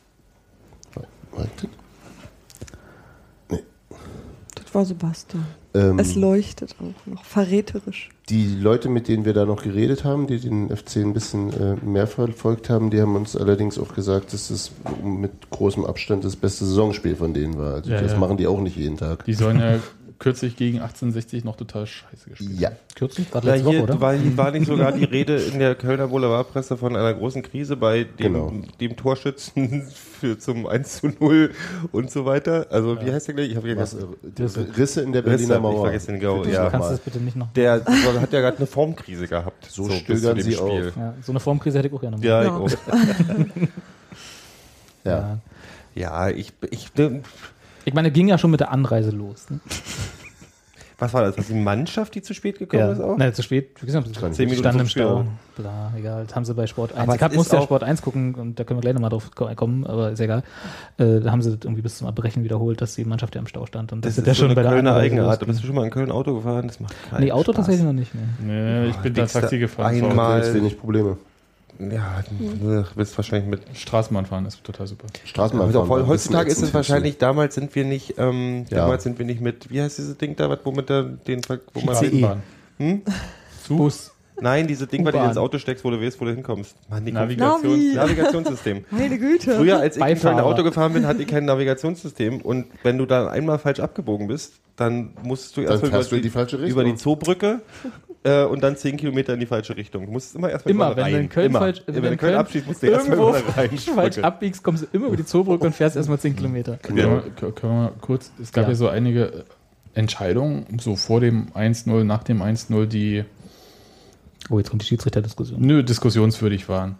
Warte. Das war Sebastian. Ähm, Es leuchtet auch noch, verräterisch. Die Leute, mit denen wir da noch geredet haben, die den F C ein bisschen äh, mehr verfolgt haben, die haben uns allerdings auch gesagt, dass das mit großem Abstand das beste Saisonspiel von denen war. Also Ja, das ja. machen die auch nicht jeden Tag. Die sollen ja kürzlich gegen achtzehnhundertsechzig noch total scheiße gespielt Ja. haben. Kürzlich? War Na, letzte Woche, hier oder? war, war nicht sogar die Rede in der Kölner Boulevardpresse von einer großen Krise bei dem, Genau. dem Torschützen für zum eins zu null und so weiter. Also wie heißt der gleich? Ich habe Was, vergessen. äh, die Risse in der Berliner Risse, ich Mauer. vergesse den genau, Bitte ja. sag Kannst du mal. das bitte nicht noch? Der hat ja gerade eine Formkrise gehabt. So bis stögern zu dem sie Spiel. auf. Ja, so eine Formkrise hätte ich auch gerne mal. Ja, Ja. ich auch. Ja. Ja, ich, ich, Ich meine, ging ja schon mit der Anreise los. Ne? was war das? Was die Mannschaft, die zu spät gekommen ist auch? Nein, zu spät. Wie gesagt, Zehn Zehn Minuten Minuten im zu spät. Stau. Bla, egal. Das haben sie bei Sport eins. Aber Ich hab, es muss ist ja auch- Sport eins gucken und da können wir gleich nochmal drauf ko- kommen, aber ist egal. Äh, da haben sie das irgendwie bis zum Erbrechen wiederholt, dass die Mannschaft ja im Stau stand. Und Das sind ist ja so eine Kölner Anreise Eigenart. Da losging. bist du schon mal in Köln Auto gefahren? Das macht keinen Nee, Auto Spaß. tatsächlich noch nicht. Nee. Nee, ich bin da Dickste Taxi gefahren. einmal- So. Da ist wenig Probleme. Ja, du bist wahrscheinlich mit Straßenbahn fahren ist total super. Straßenbahn. Also fahren, heutzutage ist bisschen es wahrscheinlich, damals sind wir nicht, ähm, Ja. damals sind wir nicht mit, wie heißt dieses Ding da, was- womit da den, Ver- wo man, Straßenbahn. Hm? Bus. Nein, diese Ding, weil du U-Bahn. ins Auto steckst, wo du weißt, wo du hinkommst. Mann, die Navigations- Navi. Navigationssystem. Meine Güte. Früher, als ich in Köln Beifahrer. Auto gefahren bin, hatte ich kein Navigationssystem und wenn du da einmal falsch abgebogen bist, dann musstest du Dann erstmal fährst du über, in die falsche Richtung. über die Zoobrücke äh, und dann zehn Kilometer in die falsche Richtung. Du musstest immer erstmal Immer, überall wenn du rein. in Köln immer. falsch- wenn wenn du in in Köln Köln abschließt, musst du erstmal Irgendwo überall rein. falsch abbiegst, kommst du immer über die Zoobrücke und fährst erstmal zehn Kilometer. Können wir, mal- können wir mal kurz, es gab Ja. ja, so einige Entscheidungen, so vor dem eins null, nach dem eins null, die Oh, jetzt kommt die Schiedsrichterdiskussion. nö, diskussionswürdig waren.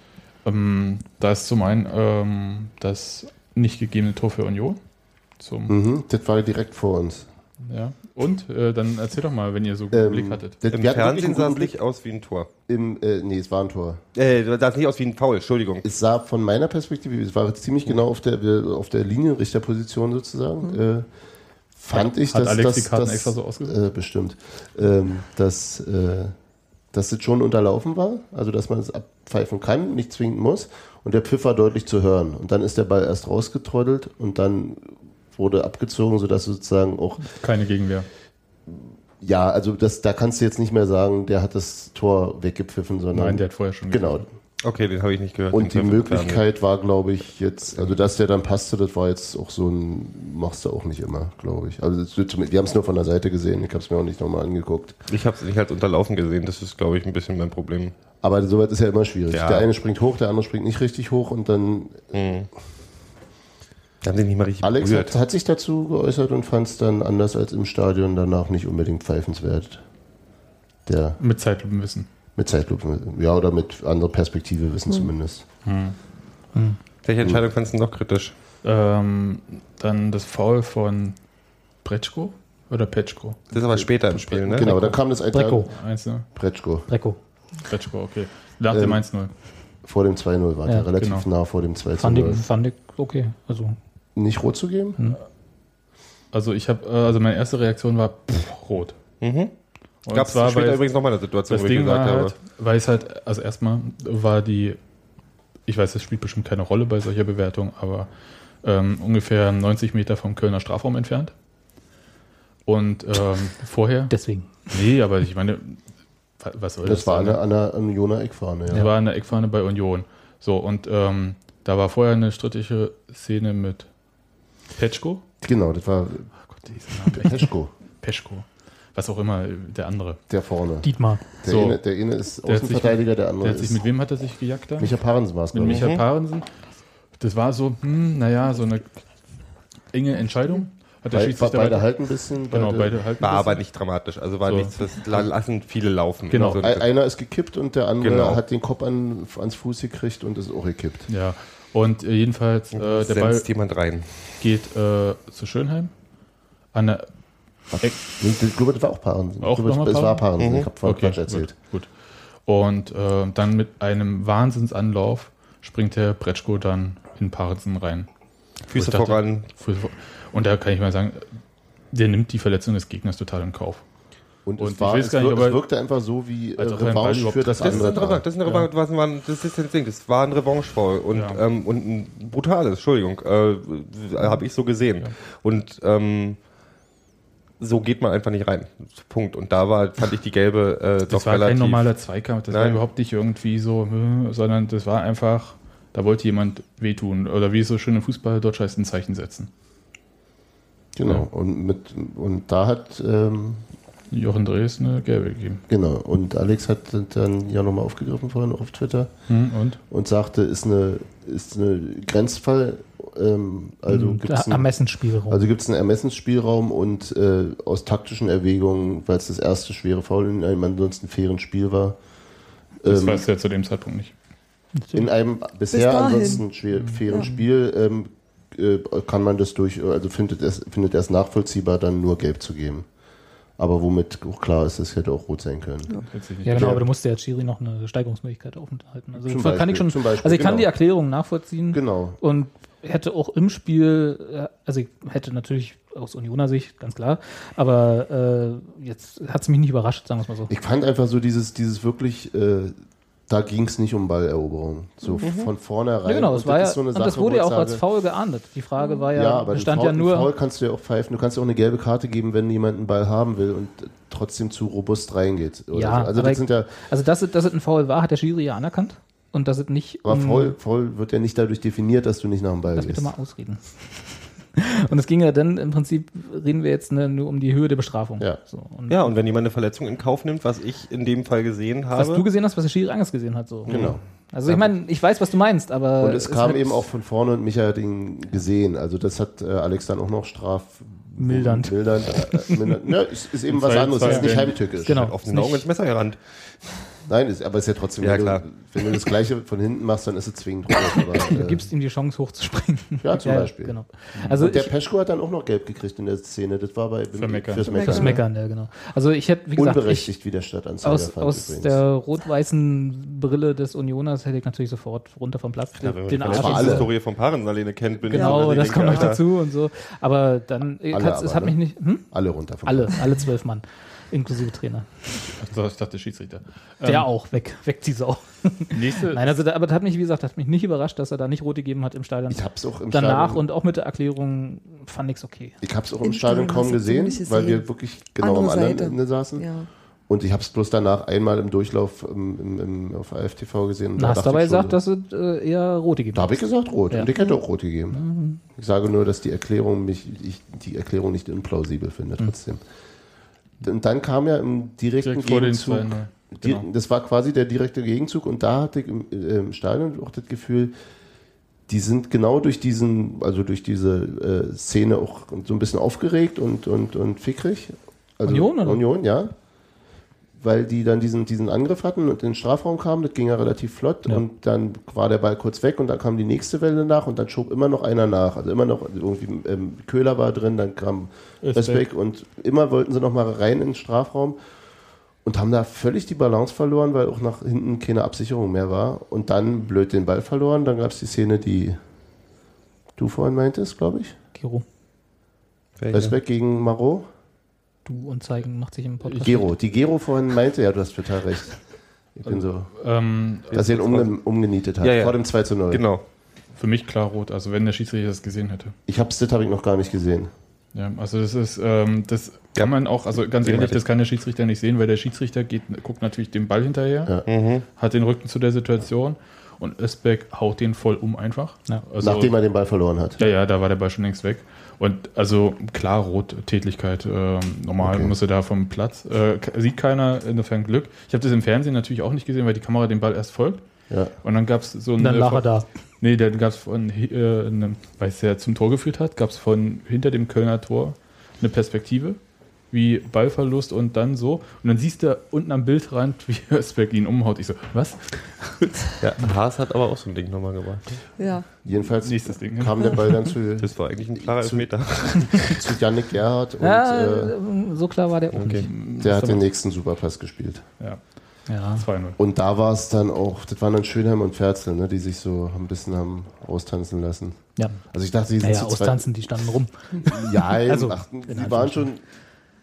Ähm, da ist zum einen ähm, das nicht gegebene Tor für Union. Zum, Mhm, das war direkt vor uns. ja. Und äh, dann erzähl doch mal, wenn ihr so guten Ähm, Blick hattet. das- Im wir hatten Fernsehen wirklich sah einen es guten Blick nicht aus wie ein Tor. im, äh, nee, es war ein Tor. Äh, das sah nicht aus wie ein Foul, Entschuldigung. Es sah von meiner Perspektive, es war ziemlich genau auf der, auf der Linienrichterposition sozusagen, äh, fand ich, Hat dass Alex das, die Karten das, extra so ausgesucht? Äh, bestimmt. Ähm, dass, äh, dass das schon unterlaufen war, also dass man es abpfeifen kann, nicht zwingend muss. Und der Pfiff war deutlich zu hören. Und dann ist der Ball erst rausgetroddelt und dann wurde abgezogen, sodass sozusagen auch, Keine Gegenwehr. ja, also das, da kannst du jetzt nicht mehr sagen, der hat das Tor weggepfiffen, sondern Nein, der hat vorher schon genau. gegeben. Okay, den habe ich nicht gehört. Und die Den Pfiff im Möglichkeit war, glaube ich, jetzt, also dass der dann passte, das war jetzt auch so ein, machst du auch nicht immer, glaube ich. Also es wird zum- wir haben es nur von der Seite gesehen, ich habe es mir auch nicht nochmal angeguckt. Fernsehen. Ich habe es nicht als unterlaufen gesehen, das ist, glaube ich, ein bisschen mein Problem. Aber soweit ist ja immer schwierig. Ja. Der eine springt hoch, der andere springt nicht richtig hoch und dann Mhm. Da haben sie nicht mal richtig Alex berührt. hat, hat sich dazu geäußert und fand es dann anders als im Stadion danach nicht unbedingt pfeifenswert. Der Mit Zeitlupenwissen. mit Zeitlupe, ja, oder mit anderer Perspektive wissen zumindest. Welche Entscheidung fandest du noch kritisch? Ähm, dann das Foul von Bretschko oder Petschko? Das ist aber später im Spiel, ne? Genau, dann kam das Brecko. Einzelne. Pretschko. Brecko. Bretschko, okay. Nach Ähm, dem eins null. Vor dem zwei null war Ja, der relativ genau. nah vor dem zwei zu Fand ich, null. fand ich okay. Also, Nicht rot zu geben? Also ich habe, also meine erste Reaktion war pff, rot. Mhm. Und Gab es zwar, später weil übrigens nochmal eine Situation, das wo ich Ding gesagt war habe. halt, weil es halt, also erstmal war die, ich weiß, das spielt bestimmt keine Rolle bei solcher Bewertung, aber ähm, ungefähr neunzig Meter vom Kölner Strafraum entfernt. Und ähm, vorher, deswegen. nee, aber ich meine, wa- was soll das? Das war sein, eine, eine, eine Unioner Eckfahne, Das ja. war eine Eckfahne bei Union. So, und ähm, da war vorher eine strittige Szene mit Petschko. Genau, das war Oh Gott, dieser Name, echt. Peschko, Peschko. Was auch immer, der andere. der vorne. Dietmar. Der, So. eine, der eine ist Der hat sich Außenverteidiger, der Der andere hat sich, ist mit wem hat er sich gejagt da? Micha Parensen war es, Mit glaube ich. Michael Parensen. Das war so, hm, naja, so eine enge Entscheidung. Hat der Be Schiedsrichter beide weiter- halten ein bisschen. Genau, beide, beide halten. War ein aber bisschen. nicht dramatisch. Also war So. nichts, das la- lassen viele laufen. Genau. Also, Ein- Einer ist gekippt und der andere Genau. hat den Kopf an, ans Fuß gekriegt und ist auch gekippt. Ja, und äh, jedenfalls, äh, der Ball senzt jemand rein. geht äh, zu Schönheim. An der Eck. Nee, Ich glaube, das war auch Parensen. Auch ich glaube, nochmal es war Parensen? Parensen. Mhm. Ich habe voll Quatsch gut, erzählt. gut. Und äh, dann mit einem Wahnsinnsanlauf springt der Bretschko dann in Parensen rein. Füße Ich dachte- voran. Und da kann ich mal sagen, der nimmt die Verletzung des Gegners total in Kauf. Und, Und es, ich war, weiß es, gar nicht, wir- ob er- es wirkte einfach so wie äh, als ob er den Ball Revanche überhaupt für das Das ist andere. ein Revanche, das ist eine Revanche, was man, das ist das Ding, das war ein Revanche-Foul und, Ja. ähm, und ein brutales, Entschuldigung, äh, habe ich so gesehen. Und ähm, so geht man einfach nicht rein. Punkt. Und da war, fand ich die gelbe äh, Das doch war relativ... kein normaler Zweikampf, das war Nein. überhaupt nicht irgendwie so, äh, sondern das war einfach, da wollte jemand wehtun. Oder wie es so schön im Fußball Deutsch heißt, ein Zeichen setzen. Genau. Ja. Und, mit, und da hat, ähm, Jochen Drees eine gelbe gegeben. genau, und Alex hat dann ja nochmal aufgegriffen vorhin auf Twitter Hm, und? und sagte, ist eine, ist eine Grenzfall, ähm, also Mhm, gibt es ein, Ermessensspielraum. also gibt's einen Ermessensspielraum und äh, aus taktischen Erwägungen, weil es das erste schwere Foul in einem ansonsten fairen Spiel war, Das ähm, weißt du ja zu dem Zeitpunkt nicht. in einem bisher dahin. ansonsten schwer, fairen Ja. Spiel ähm, äh, kann man das durch, also findet es, findet er es nachvollziehbar, dann nur gelb zu geben. Aber womit auch klar ist, es hätte auch rot sein können. Letztlich nicht. Ja, genau, Ja. aber du musst ja als Schiri noch eine Steigerungsmöglichkeit offen halten. Also Zum kann Beispiel, ich schon, zum Beispiel, also ich kann genau. die Erklärung nachvollziehen Genau. und hätte auch im Spiel, äh, also ich hätte natürlich aus Unioner Sicht, ganz klar, aber äh, jetzt hat es mich nicht überrascht, sagen wir es mal so. Ich fand einfach so dieses, dieses wirklich, äh, da ging es nicht um Balleroberung. So von vornherein. Ja, genau, Und es war ja, ist so eine und das Sache, wurde wo ja ich auch als sage, Foul geahndet. Die Frage war ja, Ja, aber bestand Foul, ja nur, Foul kannst du ja auch pfeifen. Du kannst ja auch eine gelbe Karte geben, wenn jemand einen Ball haben will und äh, trotzdem zu robust reingeht. Oder Ja, so. Also aber das sind ja, also dass es, dass es ein Foul war, hat der Schiri ja anerkannt und dass es nicht aber um- Foul, Foul wird ja nicht dadurch definiert, dass du nicht nach dem Ball Lass mich gehst. doch mal ausreden. Und es ging ja dann im Prinzip, reden wir jetzt ne, nur um die Höhe der Bestrafung. Ja. So, und Ja, und wenn jemand eine Verletzung in Kauf nimmt, was ich in dem Fall gesehen habe... was du gesehen hast, was der Schiri anders gesehen hat. So. Genau. Also ich meine, ich weiß, was du meinst, aber... Und es ist kam halt eben auch von vorne und Micha hat ihn gesehen. Also das hat äh, Alex dann auch noch straf... Mildernd. Mildernd. Äh, mildernd. Ja, ist, ist eben was Zwei- anderes. zwei Ist nicht Wellen. heimtückisch. Genau. auf den Augen ins Messer gerannt. Nein, ist, aber ist ja trotzdem, Ja, wenn, klar. Du, wenn du das Gleiche von hinten machst, dann ist es zwingend rot. Aber, Du äh, gibst ihm die Chance, hochzuspringen. Ja, zum Beispiel. Genau. Also und der ich, Peschko hat dann auch noch gelb gekriegt in der Szene. Das war bei Für Meckern. fürs Für Meckern. das Meckern, ja, genau. Also ich hätte, wie gesagt, ich, Unberechtigt, wie der Stadtanzeiger aus, fand aus übrigens. der rot-weißen Brille des Unioners hätte ich natürlich sofort runter vom Platz Ja, wenn man den die Arsch. alle. Historie von Parensalene kennt, bin Genau, ich das kommt noch Alter. dazu und so. Aber dann, Alle hat's, es aber, hat ne? mich nicht, hm? Alle runter vom Alle, Platz. alle zwölf Mann, inklusive Trainer. Ach, ich dachte Schiedsrichter. Der Ähm, auch, weg, weg die Sau. Nächste, Nein, also da, aber das hat mich, wie gesagt, das hat mich nicht überrascht, dass er da nicht rot gegeben hat im Stadion. Ich hab's auch im Danach Stadion, und auch mit der Erklärung fand ich es okay. ich hab's auch im Im Stadion Stadion kaum hast du gesehen, nicht gesehen. weil wir wirklich genau am Andere anderen Seite. Ende saßen. Ja. Und ich hab's bloß danach einmal im Durchlauf im, im, im, auf A F T V gesehen. Und Du da hast dachte dabei ich schon gesagt, so, dass es äh, eher rot gegeben Da habe ich gesagt rot. Ja. Und ich hätte auch rot gegeben. Ich sage nur, dass die Erklärung mich, ich die Erklärung nicht implausibel finde trotzdem. Und dann kam ja im direkten direkt vor den Gegenzug, zwei, ne? die, Genau. das war quasi der direkte Gegenzug und da hatte ich im, äh, im Stadion auch das Gefühl, die sind genau durch diesen, also durch diese äh, Szene auch so ein bisschen aufgeregt und, und, und fickrig. Also Union, oder? Union, ja. Weil die dann diesen, diesen Angriff hatten und in den Strafraum kamen, das ging ja relativ flott Ja. und dann war der Ball kurz weg und dann kam die nächste Welle nach und dann schob immer noch einer nach. Also immer noch irgendwie ähm, Köhler war drin, dann kam Özbek. Özbek und immer wollten sie noch mal rein in den Strafraum und haben da völlig die Balance verloren, weil auch nach hinten keine Absicherung mehr war und dann blöd den Ball verloren. Dann gab es die Szene, die du vorhin meintest, glaube ich. Gero, Özbek gegen Marot. du und zeigen macht sich im Podcast. Gero, die Gero vorhin meinte, ja, du hast total recht. Ich bin so, Ähm, dass er ihn umge umgenietet hat, Ja, ja. vor dem zwei zu null. Genau. für mich klar rot, also wenn der Schiedsrichter das gesehen hätte. Ich hab's, das habe ich noch gar nicht gesehen. Ja, also das ist, ähm, das kann man auch, also ganz ehrlich, das kann der Schiedsrichter nicht sehen, weil der Schiedsrichter geht, guckt natürlich dem Ball hinterher, Ja. Mhm. hat den Rücken zu der Situation und Özbek haut den voll um einfach. Ja. Also, Nachdem er den Ball verloren hat. ja, ja, da war der Ball schon längst weg. Und also klar, rot, Tätlichkeit, ähm, normal Okay. muss er da vom Platz. Äh, k- sieht keiner, insofern Glück. Ich habe das im Fernsehen natürlich auch nicht gesehen, weil die Kamera dem Ball erst folgt. Ja. Und dann gab es so Und ein. dann lag er da. Nee, dann gab es von, äh, ne, weil es ja zum Tor geführt hat, gab es von hinter dem Kölner Tor eine Perspektive, wie Ballverlust und dann so. Und dann siehst du unten am Bildrand, wie Özbek ihn umhaut. Ich so, was? Ja, Haas hat aber auch so ein Ding nochmal gemacht. Ja. Jedenfalls Nächstes Ding. kam der Ball dann zu, Das war eigentlich ein klarer Zu- Elfmeter. zu Yannick Gerhardt und Ja, äh, so klar war der auch Okay. nicht. der hat den nächsten Superpass gespielt. Ja, Ja. zwei null. Und da war es dann auch, das waren dann Schönheim und Ferzel, ne, die sich so ein bisschen haben austanzen lassen. Ja. Also ich dachte, die sind Naja, zu zweit. austanzen, die standen rum. Ja, Also, ach, in die waren schon, ach,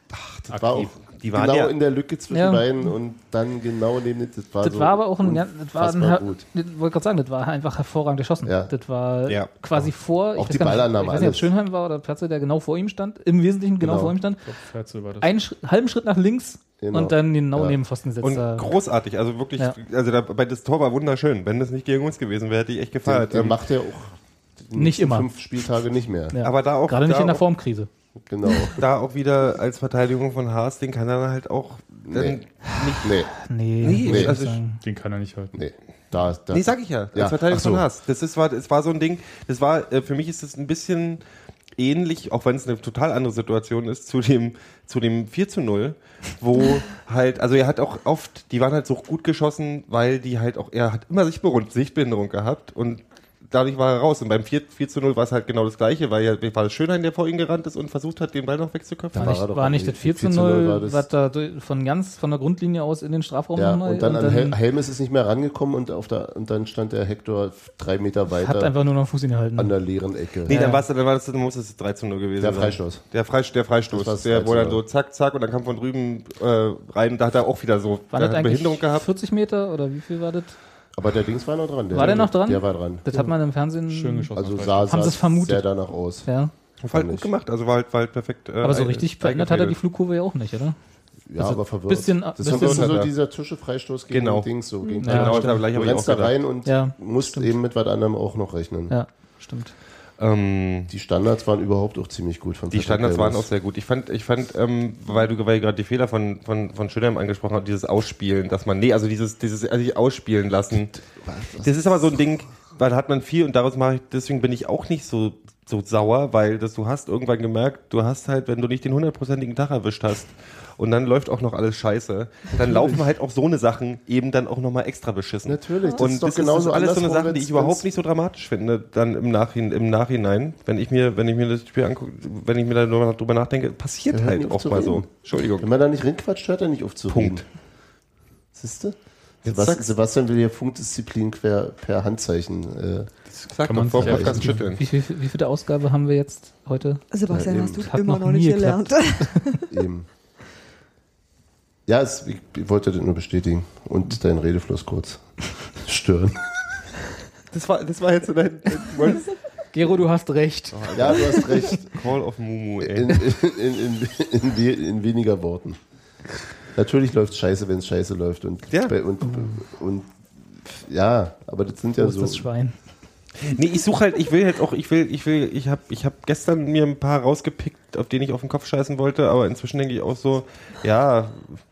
Das war auch Die waren genau ja- in der Lücke zwischen Ja. beiden und dann genau neben dem. Das war, Das so war aber auch ein, ja, das war ein unfassbar her- gut. das wollte gerade sagen, das war einfach hervorragend geschossen. Ja. Das war Ja. quasi vor, auch ich die weiß gar nicht, Ballannahme, ich weiß nicht, ob alles. Schönheim war oder Platze, der genau vor ihm stand, im Wesentlichen genau, Genau. vor ihm stand, Ferzel war das. einen Sch halben Schritt nach links Genau. und dann genau Ja. neben den Pfosten gesetzt. Und Da- großartig, also wirklich, Ja. also da, bei das Tor war wunderschön. Wenn das nicht gegen uns gewesen wäre, hätte ich echt Der, gefeiert. der Ähm, macht ja auch die Nicht nächsten immer. fünf Spieltage nicht mehr. ja. aber da auch, Gerade nicht da in der auch, Formkrise. Genau. Da auch wieder als Verteidigung von Haas, den kann er dann halt auch dann Nee. nicht. Nee, Nee, Nee, muss ich also nicht ich- sagen. Den kann er nicht halten. nee. Da, da, Nee, sag ich ja, Ja, als Verteidigung ach so. von Haas. Das ist, war, es war so ein Ding, das war, äh, für mich ist es ein bisschen ähnlich, auch wenn es eine total andere Situation ist, zu dem, zu dem vier zu null, wo halt, also er hat auch oft, die waren halt so gut geschossen, weil die halt auch, er hat immer Sichtbehinderung, Sichtbehinderung gehabt und dadurch war er raus. Und beim vier zu null war es halt genau das Gleiche, weil ja, war es Schönheim, der vor ihm gerannt ist und versucht hat, den Ball noch wegzuköpfen. War war nicht, er doch war nicht eigentlich. das vier zu vier zu null null, war das- was da durch- von ganz von der Grundlinie aus in den Strafraum ja, nochmal und dann an Hel Helmes ist nicht mehr rangekommen und, auf der, und dann stand der Hector drei Meter hat weiter einfach nur noch den Fuß ingehalten. an der leeren Ecke. Nee, Ja. dann, war's, dann, war das, dann muss es drei zu null gewesen Der sein. Freistoß. Der, Freistoß, der Freistoß, Das war's der, wo drei dann zu so null. zack, zack und dann kam von drüben äh, rein, da hat er auch wieder so War der das hat eigentlich Behinderung gehabt. vierzig Meter oder wie viel war das? Aber der Dings war noch dran. War der noch dran? Der war dran. Das hat man im Fernsehen. Schön geschossen. Also Freistoß. sah, Haben sah sie es vermutet? sehr danach aus. Ja. War halt Fand gut ich. gemacht, also war halt, war halt perfekt. Äh, Aber so ein- richtig verändert hat er die eingefädelt. Flugkurve ja auch nicht, oder? Ja, Also aber verwirrt. bisschen- das ist bisschen so ein bisschen so unter- dieser Zwischenfreistoß gegen Genau. Dings. So, gegen Ja, Genau, stimmt. da gleich du habe ich auch rennst da gedacht. rein und Ja, musst stimmt. eben mit was anderem auch noch rechnen. Ja, stimmt. Ähm, Die Standards waren überhaupt auch ziemlich gut von die Patrick Standards waren auch Helmes. sehr gut. Ich fand, ich fand, ähm, weil du weil gerade die Fehler von von von Schönheim angesprochen hast, dieses Ausspielen, dass man nee, also dieses dieses also die ausspielen lassen. Das ist aber so ein Ding, weil da hat man viel und daraus mache ich, deswegen bin ich auch nicht so so sauer, weil das du hast irgendwann gemerkt, du hast halt, wenn du nicht den hundertprozentigen Tag erwischt hast und dann läuft auch noch alles scheiße, dann laufen halt auch so eine Sachen eben dann auch nochmal extra beschissen. Natürlich, das Und ist doch das genauso ist alles so eine andersrum, Sache, die ich wenn's- überhaupt wenn's- nicht so dramatisch finde, dann im, Nachhin, im Nachhinein, wenn ich mir, wenn ich mir das Spiel angucke, wenn ich mir da nur drüber nachdenke, passiert hört halt nicht auf auch zu mal reden. so. Entschuldigung. Wenn man da nicht rinquatscht, hört er nicht auf zu reden. Punkt. Siehst du? Jetzt Sebastian, sag's. Sebastian will hier Punktdisziplin quer, per Handzeichen. Äh, Sag Kann doch man vor sich dem Podcast eigentlich schütteln. Wie viel, wie viele Ausgabe haben wir jetzt heute? Sebastian, Ja, hast du eben. Hat immer noch noch nicht nie gelernt. eben. Ja, es, ich, ich wollte das nur bestätigen und deinen Redefluss kurz stören. Das war, das war jetzt so dein, dein wolltest- Gero, du hast recht. Ja, du hast recht. Call of Mumu, ey. In, in, in, in, in, we- in weniger Worten. Natürlich läuft es scheiße, wenn es scheiße läuft. Und, Ja. bei- und, und ja, aber das sind Wo ja ist so. das Schwein? Nee, ich suche halt, ich will halt auch, ich will, ich will, ich habe ich hab gestern mir ein paar rausgepickt, auf denen ich auf den Kopf scheißen wollte, aber inzwischen denke ich auch so, ja,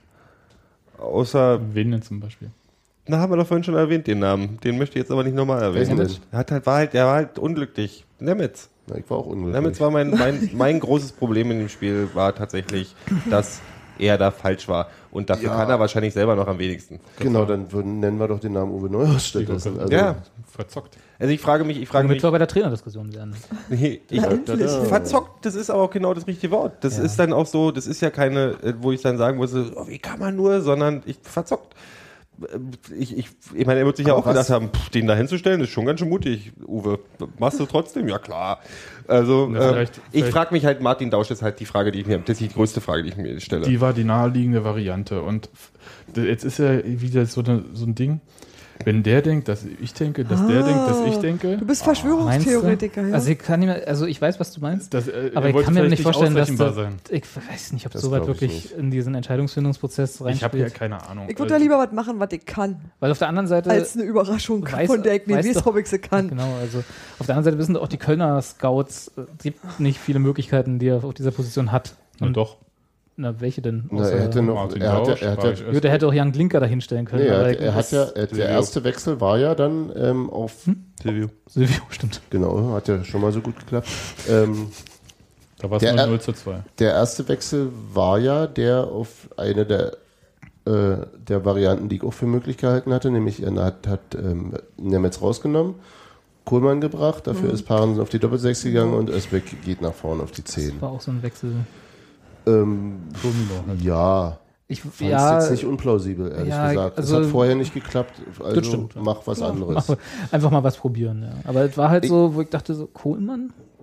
außer, Wen denn zum Beispiel? na, haben wir doch vorhin schon erwähnt, den Namen. Den möchte ich jetzt aber nicht nochmal erwähnen. Wer ist denn Er hat halt, war halt, er war halt unglücklich. Nemitz. Na, ich war auch unglücklich. Nemitz war mein, mein, mein großes Problem in dem Spiel, war tatsächlich, dass er da falsch war. Und dafür Ja. kann er wahrscheinlich selber noch am wenigsten. Genau, dann würden, nennen wir doch den Namen Uwe Neuhaus stattdessen. Also, Ja. Verzockt. Also ich frage mich, ich frage Womit mich, wir bei der Trainerdiskussion werden. nee, ich, verzockt, das ist aber auch genau das richtige Wort. Das Ja. ist dann auch so, das ist ja keine, äh, wo ich dann sagen muss, oh, wie kann man nur, sondern ich verzockt. Ich, ich, ich meine, er wird sich ja Aber auch gedacht was- haben, pff, den da hinzustellen, ist schon ganz schön mutig, Uwe. Machst du trotzdem? Ja, klar. Also, Ja, äh, vielleicht- ich vielleicht- frage mich halt, Martin Dausch ist halt die Frage, die ich mir, das ist die größte Frage, die ich mir stelle. Die war die naheliegende Variante. Und f- jetzt ist ja wieder so, eine, so ein Ding, wenn der denkt, dass ich denke, dass der Ah. denkt, dass ich denke. Du bist Meinst Verschwörungstheoretiker, du? ja? Also ich kann nicht mehr, also ich weiß, was du meinst, dass, äh, aber er ich wollte kann mir vielleicht nicht vorstellen, dass ausrechenbar das, sein. ich weiß nicht, ob Das so weit glaub ich wirklich nicht. in diesen Entscheidungsfindungsprozess Ich habe ja reinspielt. keine Ahnung. Ich würde da Also, lieber was machen, was ich kann, Weil auf der anderen Seite als eine Überraschung, weiß- von der ich nicht weiß weiß, doch- ob ich sie kann. Genau, also auf der anderen Seite wissen auch die Kölner Scouts, äh, es gibt nicht viele Möglichkeiten, die er auf dieser Position hat. na Und, doch. na, welche denn? Na, Außer- er hätte noch, Martin er hat, ja- Dausch, er hat, Barisch ja, Öztürk. Gut, er hätte auch Jan Glinker dahin stellen können. nee, er aber hat, er hat das- ja, er, der erste Wechsel war ja dann ähm, auf, Silvio, stimmt. genau, hat ja schon mal so gut geklappt. Ähm, Da war es Der- nur null zu zwei. der erste Wechsel war ja der auf eine der, äh, der Varianten, die ich auch für möglich gehalten hatte, nämlich er hat, hat ähm, Nemetz rausgenommen, Kohlmann gebracht, dafür Mhm. ist Paaren auf die Doppelsechs gegangen und Özbek geht nach vorne auf die Das zehn. war auch so ein Wechsel. Ähm, Promilo halt. ja, Ich, fand ja, es jetzt nicht unplausibel, ehrlich ja, gesagt. also- das hat vorher nicht geklappt, also stimmt, ja. mach was anderes. einfach mal was probieren. Ja. Aber es war halt so, wo ich dachte, so Kohlmann,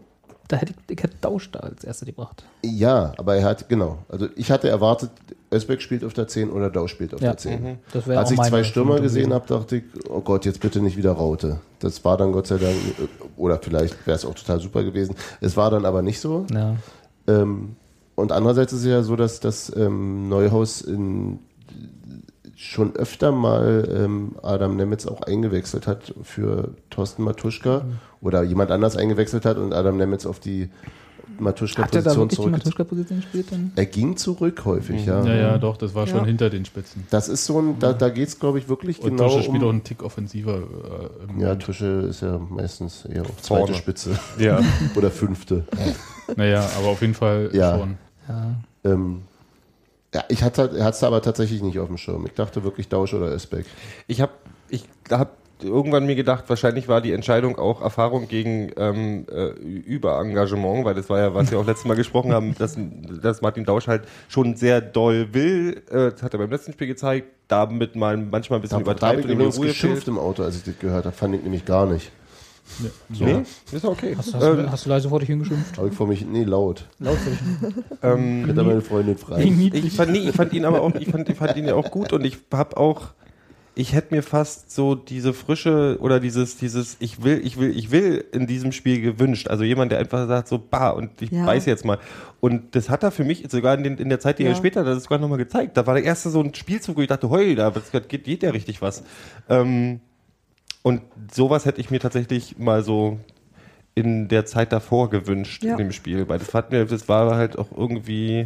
da hätte ich, ich hätte Dausch da als Erster gebracht. Ja, aber er hat, genau. Also ich hatte erwartet, Özbek spielt auf der zehn oder Dausch spielt auf Ja. der zehn. Mhm. Das wäre Als auch ich meine zwei Stürmer Vermutung gesehen gewesen. habe, dachte ich, oh Gott, jetzt bitte nicht wieder Raute. Das war dann Gott sei Dank, oder vielleicht wäre es auch total super gewesen. Es war dann aber nicht so. Ja. Ähm, und andererseits ist es ja so, dass das ähm, Neuhaus in, schon öfter mal ähm, Adam Nemetz auch eingewechselt hat für Thorsten Matuschka Mhm. oder jemand anders eingewechselt hat und Adam Nemetz auf die Hat er da Matuschka-Position wirklich die zurück. Matuschka-Position gespielt dann? Er ging zurück häufig, ja. Ja, ja, doch, das war Ja. schon hinter den Spitzen. Das ist so ein, da, da geht es, glaube ich, wirklich Und genau Tusche spielt auch um... einen Tick offensiver. Äh, im Ja, Moment. Tusche ist ja meistens eher auf zweite Vorne. Spitze Ja. oder fünfte. Naja, aber auf jeden Fall Ja. schon. Ja. ähm, ja, ich hatte es aber tatsächlich nicht auf dem Schirm. Ich dachte wirklich Dausch oder Özbek. Ich habe ich hab irgendwann mir gedacht, wahrscheinlich war die Entscheidung auch Erfahrung gegen ähm, äh, Überengagement, weil das war ja, was wir auch letztes Mal gesprochen haben, dass, dass Martin Dausch halt schon sehr doll will. Äh, das hat er beim letzten Spiel gezeigt, damit mal manchmal ein bisschen Da, da habe übertreibt ich und ihm die übrigens Ruhe geschimpft fehlt. im Auto, als ich das gehört habe. Fand ich nämlich gar nicht. Ja. Nee, ist doch okay. Hast, hast, Ähm, du, hast du leise vor dich hingeschimpft? Habe ich vor mich, nee, laut. Laut vor dich hin. ähm, Hätte meine Freundin frei. ich fand, nee, ich fand ihn aber auch, ich fand, ich fand ihn ja auch gut und ich habe auch, ich hätte mir fast so diese Frische oder dieses, dieses, ich will, ich will, ich will in diesem Spiel gewünscht. Also jemand, der einfach sagt so, bah, und ich Ja. weiß jetzt mal. Und das hat er für mich sogar in, den, in der Zeit, die Ja. er später, das ist sogar nochmal gezeigt. Da war der erste so ein Spielzug, wo ich dachte, heul, da geht, geht ja richtig was. Ähm, und sowas hätte ich mir tatsächlich mal so in der Zeit davor gewünscht Ja. in dem Spiel, weil das hat mir, das war halt auch irgendwie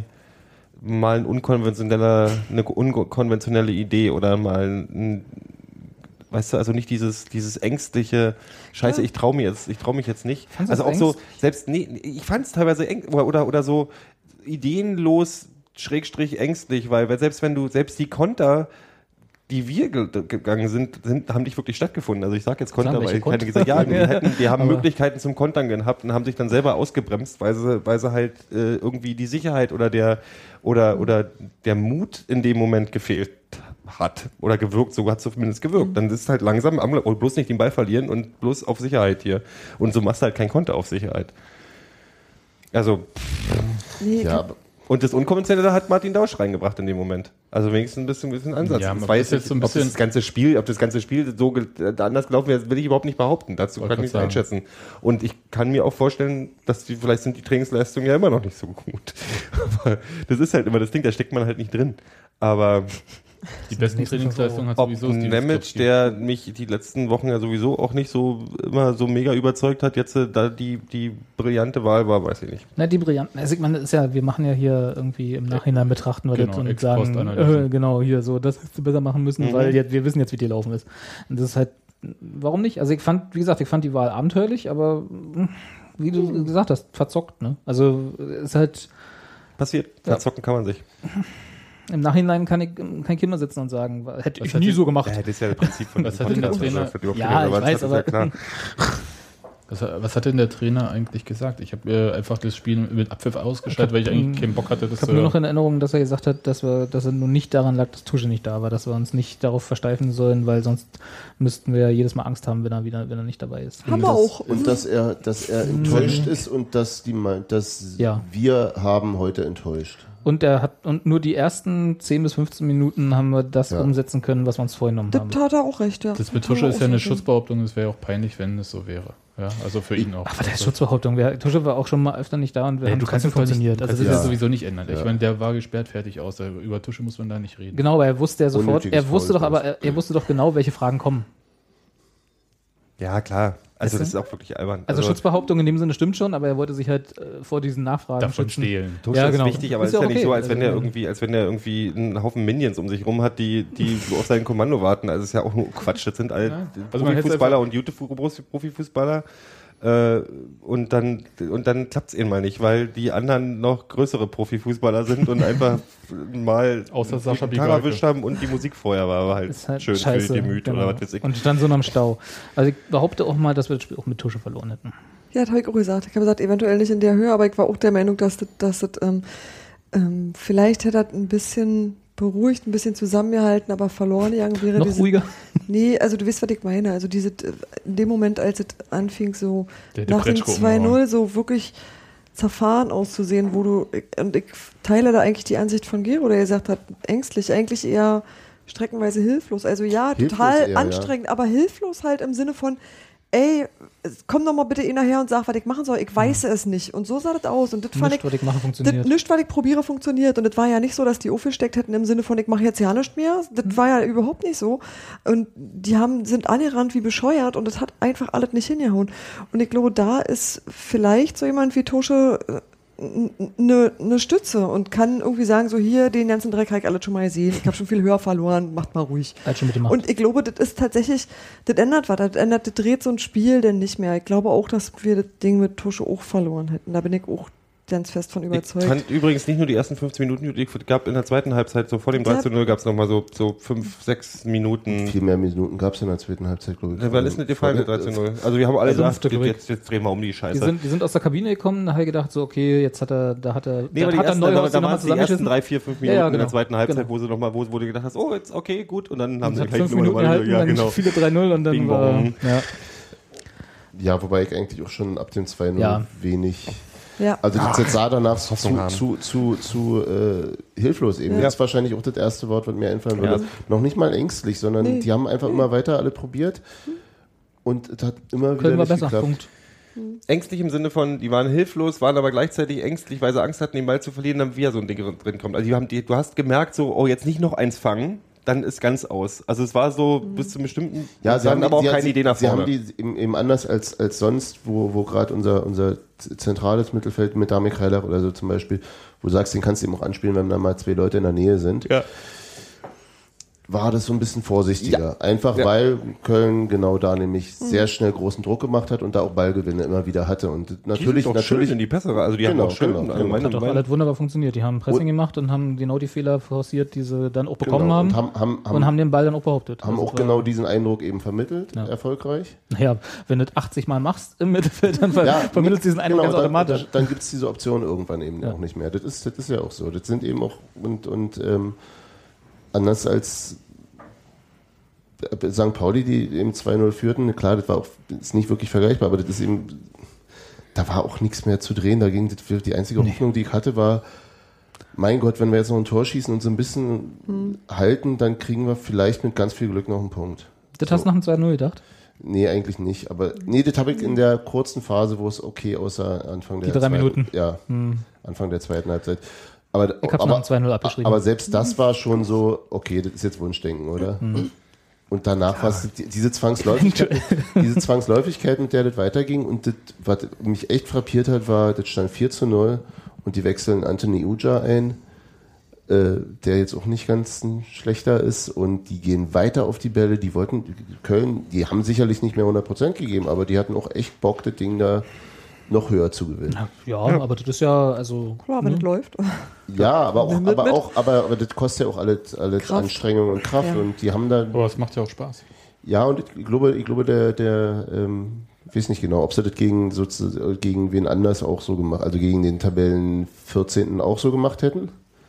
mal ein unkonventioneller, eine unkonventionelle Idee oder mal ein, weißt du, also nicht dieses, dieses ängstliche, Scheiße, Ja. ich traue mir jetzt, ich traue mich jetzt nicht. Fandst du Also auch das so, ängstlich? selbst, nee, ich fand es teilweise eng oder, oder, oder so ideenlos, schrägstrich ängstlich, weil, weil selbst wenn du, selbst die Konter, die wir ge gegangen sind, sind, haben nicht wirklich stattgefunden. Also ich sage jetzt Konter, Sagen, weil welche ich keine Konter? gesagt, ja, die, hätten, die haben Aber- Möglichkeiten zum Kontern gehabt und haben sich dann selber ausgebremst, weil sie, weil sie halt äh, irgendwie die Sicherheit oder der oder oder der Mut in dem Moment gefehlt hat oder gewirkt, so hat es zumindest gewirkt. Dann ist es halt langsam, am- und bloß nicht den Ball verlieren und bloß auf Sicherheit hier. Und so machst du halt kein Konter auf Sicherheit. Also, Nee, ich Ja, hab- aber und das Unkonventionelle hat Martin Dausch reingebracht in dem Moment. Also wenigstens ein bisschen, ein bisschen Ansatz. Ja, ich man weiß muss jetzt nicht, so ein ob bisschen- das ganze Spiel, ob das ganze Spiel so ge- äh, anders gelaufen wäre, will ich überhaupt nicht behaupten. Dazu Wollte kann ich nicht grad einschätzen. Und ich kann mir auch vorstellen, dass die, vielleicht sind die Trainingsleistungen ja immer noch nicht so gut. Aber das ist halt immer das Ding, da steckt man halt nicht drin. Aber Die besten nächsten Trainingsleistungen hat ob sowieso Steve Nemec, Skopski. der mich die letzten Wochen ja sowieso auch nicht so immer so mega überzeugt hat, jetzt äh, da die, die brillante Wahl war, weiß ich nicht. Na, die Brillanten. Also ich meine, das ist ja, wir machen ja hier irgendwie im Nachhinein betrachten wir Genau, das und Ex sagen, Post Analyse. äh, genau, hier so, das hättest du besser machen müssen, Mhm. weil jetzt, wir wissen jetzt, wie die laufen ist. Und das ist halt, warum nicht? Also ich fand, wie gesagt, ich fand die Wahl abenteuerlich, aber mh, wie du gesagt hast, verzockt, ne? Also ist halt, Passiert. Ja. Verzocken kann man sich. im Nachhinein kann ich, kann ich immer sitzen und sagen, hätte Was ich hat nie die- so gemacht. Ja, das ist ja das Prinzip von Was dem hat denn der Podcast, Trainer- also für die Ja, Aufklärung, ich aber das weiß, ist ja aber- klar. Was, was hat denn der Trainer eigentlich gesagt? Ich habe äh, einfach das Spiel mit Abpfiff ausgestellt, weil ich eigentlich keinen Bock hatte, das Ich habe zu nur noch in Erinnerung, dass er gesagt hat, dass wir, dass er nun nicht daran lag, dass Tusche nicht da war, dass wir uns nicht darauf versteifen sollen, weil sonst müssten wir jedes Mal Angst haben, wenn er wieder, wenn er nicht dabei ist. haben wir auch. Und dass er, dass er enttäuscht ist und dass die mein- dass Ja. wir haben heute enttäuscht. Und er hat, und nur die ersten zehn bis fünfzehn Minuten haben wir das Ja. umsetzen können, was wir uns vorgenommen Das haben. tat er auch recht, ja. Das mit Kann man Tusche ist auch ja eine so sehen. Schutzbehauptung, es wäre auch peinlich, wenn es so wäre. Ja, also für ihn auch. Aber der ist Schutzbehauptung. Wir, Tusche war auch schon mal öfter nicht da und wir Ey, haben du kannst trotzdem es doch nicht, funktioniert. kannst Also es das ja ist, sowieso nicht ändern. Ich Ja. meine, der war gesperrt, fertig aus. Da- Über Tusche muss man da nicht reden. genau, aber er wusste ja sofort, Unnötiges er wusste Foul, doch aber, er, er wusste doch genau, welche Fragen kommen. Ja, klar. Also Weißt das du? ist auch wirklich albern. Also, Schutzbehauptung in dem Sinne stimmt schon, aber er wollte sich halt äh, vor diesen Nachfragen Davon schützen. stehlen. Tusche Ja, ist genau. wichtig, aber Ist es ist ja ja nicht okay. so, als wenn Also, der irgendwie, als wenn der irgendwie einen Haufen Minions um sich rum hat, die, die so auf sein Kommando warten. Also es ist ja auch nur Quatsch. Das sind alle Ja. Also man hätte Profifußballer einfach- und YouTube-Profifußballer. Äh, und dann, und dann klappt es ihnen mal nicht, weil die anderen noch größere Profifußballer sind und einfach mal Außer Sascha die Gitarre Bigalke. erwischt haben und die Musik vorher war, war halt, Ist halt schön scheiße. für die Gemüt genau. oder was weiß ich. Und stand so noch im Stau. Also ich behaupte auch mal, dass wir das Spiel auch mit Tusche verloren hätten. Ja, das habe ich auch gesagt. Ich habe gesagt, eventuell nicht in der Höhe, aber ich war auch der Meinung, dass das, dass das ähm, ähm, vielleicht hätte er ein bisschen beruhigt, ein bisschen zusammengehalten, aber verloren gegangen wäre Noch diese, ruhiger. Nee, also du weißt, was ich meine. Also diese, in dem Moment, als es anfing, so Der- der nach dem Pretschko zwei null umgehauen. so wirklich zerfahren auszusehen, wo du, und ich teile da eigentlich die Ansicht von Gero, der gesagt hat, ängstlich, eigentlich eher streckenweise hilflos. Also ja, Hilflos total eher, ja. anstrengend, aber hilflos halt im Sinne von, ey, komm doch mal bitte einer her und sag, was ich machen soll. Ich weiß es nicht. Und so sah das aus. Und das fand Nicht, ich, was ich mache, das funktioniert. nicht, weil ich probiere, funktioniert. Und das war ja nicht so, dass die aufgesteckt hätten im Sinne von, ich mache jetzt ja nichts mehr. Das war ja überhaupt nicht so. Und die haben, sind angerannt wie bescheuert und das hat einfach alles nicht hingehauen. Und ich glaube, da ist vielleicht so jemand wie Tosche eine ne Stütze und kann irgendwie sagen, so hier, den ganzen Dreck habe ich alles schon mal gesehen. Ich habe schon viel höher verloren, macht mal ruhig. Halt schon mit dem Und ich glaube, das ist tatsächlich, das ändert was, das ändert, das dreht so ein Spiel denn nicht mehr. Ich glaube auch, dass wir das Ding mit Tusche auch verloren hätten. Da bin ich auch ganz fest von Ich überzeugt. fand übrigens nicht nur die ersten fünfzehn Minuten, die gab in der zweiten Halbzeit, so vor dem drei zu null gab es nochmal so, so fünf, sechs Minuten. Viel mehr Minuten gab es in der zweiten Halbzeit, glaube ich. Wann ist denn die Fall mit drei zu null? Also wir haben alle Also gesagt, fünfte, glaub ich. jetzt, jetzt drehen wir um die Die Scheiße. sind, die sind aus der Kabine gekommen, da habe ich gedacht, so, okay, jetzt hat er, da hat er, Nee, da aber die hat er ersten, da, Neuhaus da nochmal waren es die ersten zusammengeschissen. drei, vier, fünf Ja, Minuten ja, in der genau. zweiten Halbzeit, Genau. wo sie noch mal, wo, wo du gedacht hast, oh, jetzt okay, gut, und dann haben Haben sie sie gleich fünf Nummer Minuten Nummer- gehalten, ja, dann genau. viele drei null und dann Bing war, bong. ja, Ja, wobei ich eigentlich auch schon ab dem zwei null Ja. wenig. Ja. Also das jetzt sah danach zu, Hoffnung haben. zu, zu, zu äh, hilflos eben. Ja. Das ist wahrscheinlich auch das erste Wort, was mir einfallen würde. Ja. Noch nicht mal ängstlich, sondern Nee. die haben einfach immer weiter alle probiert und es hat immer wieder Köln war nicht besser, geklappt. Punkt. Ängstlich im Sinne von, die waren hilflos, waren aber gleichzeitig ängstlich, weil sie Angst hatten, den Ball zu verlieren, dann wieder so ein Ding drin kommt. Also die haben die, du hast gemerkt, so, oh, jetzt nicht noch eins fangen, dann ist ganz aus. Also es war so bis zu einem bestimmten, Ja, sie dann haben aber auch sie, keine sie, Idee nach Sie vorne. haben die eben, eben anders als, als sonst, wo, wo gerade unser, unser zentrales Mittelfeld mit Damir Kreilach oder so zum Beispiel, wo du sagst, den kannst du eben auch anspielen, wenn da mal zwei Leute in der Nähe sind, ja. war das so ein bisschen vorsichtiger. Ja. Einfach Ja. weil Köln genau da nämlich sehr schnell großen Druck gemacht hat und da auch Ballgewinne immer wieder hatte. Und Die natürlich, sind doch natürlich schön in die Pässe, also die Genau, haben auch schön, genau, also genau. meine, Hat doch meine, alles wunderbar funktioniert. Die haben Pressing Und- gemacht und haben genau die Fehler forciert, die sie dann auch bekommen genau, haben, und haben, haben, haben, und haben den Ball dann auch behauptet. haben Also auch es war- genau diesen Eindruck eben vermittelt, Ja. erfolgreich. Naja, wenn du das achtzig Mal machst im Mittelfeld, dann ver vermittelst du diesen Eindruck genau, ganz dann, automatisch. Dann, dann gibt es diese Option irgendwann eben Ja. auch nicht mehr. Das ist, das ist ja auch so. Das sind eben auch, und, und ähm, anders als Sankt Pauli, die eben zwei null führten, klar, das war auch ist nicht wirklich vergleichbar, aber das ist eben, da war auch nichts mehr zu drehen. Da ging das, die einzige Hoffnung, die ich hatte, war, mein Gott, wenn wir jetzt noch ein Tor schießen und so ein bisschen Hm. halten, dann kriegen wir vielleicht mit ganz viel Glück noch einen Punkt. Das hast du nach dem zwei null gedacht? Nee, eigentlich nicht. Aber nee, das habe ich in der kurzen Phase, wo es okay aussah, Anfang der Die drei zweiten, Minuten. Ja, Hm. Anfang der zweiten Halbzeit. Aber, Ich hab's nach aber, dem zwei null abgeschrieben. aber selbst das war schon so, okay, das ist jetzt Wunschdenken, oder? Hm. Und danach war es die- diese Zwangsläufigkeit, diese Zwangsläufigkeit, mit der das weiterging. Und das, was mich echt frappiert hat, war, das stand vier zu null und die wechseln Anthony Uja ein, äh, der jetzt auch nicht ganz ein schlechter ist. Und die gehen weiter auf die Bälle. Die wollten, Köln, die haben sicherlich nicht mehr hundert Prozent gegeben, aber die hatten auch echt Bock, das Ding da noch höher zu gewinnen. Ja, aber das ist ja, also. Klar, wenn ne? es läuft. Ja, aber auch, Mit- aber mit- auch, aber, aber das kostet ja auch alles, alles Kraft. Anstrengung und Kraft. Ja. Und die haben da, Aber es macht ja auch Spaß. ja, und ich glaube, ich glaube, der, der, ähm, ich weiß nicht genau, ob sie das gegen, sozusagen, gegen wen anders auch so gemacht, also gegen den Tabellen vierzehnten auch so gemacht hätten.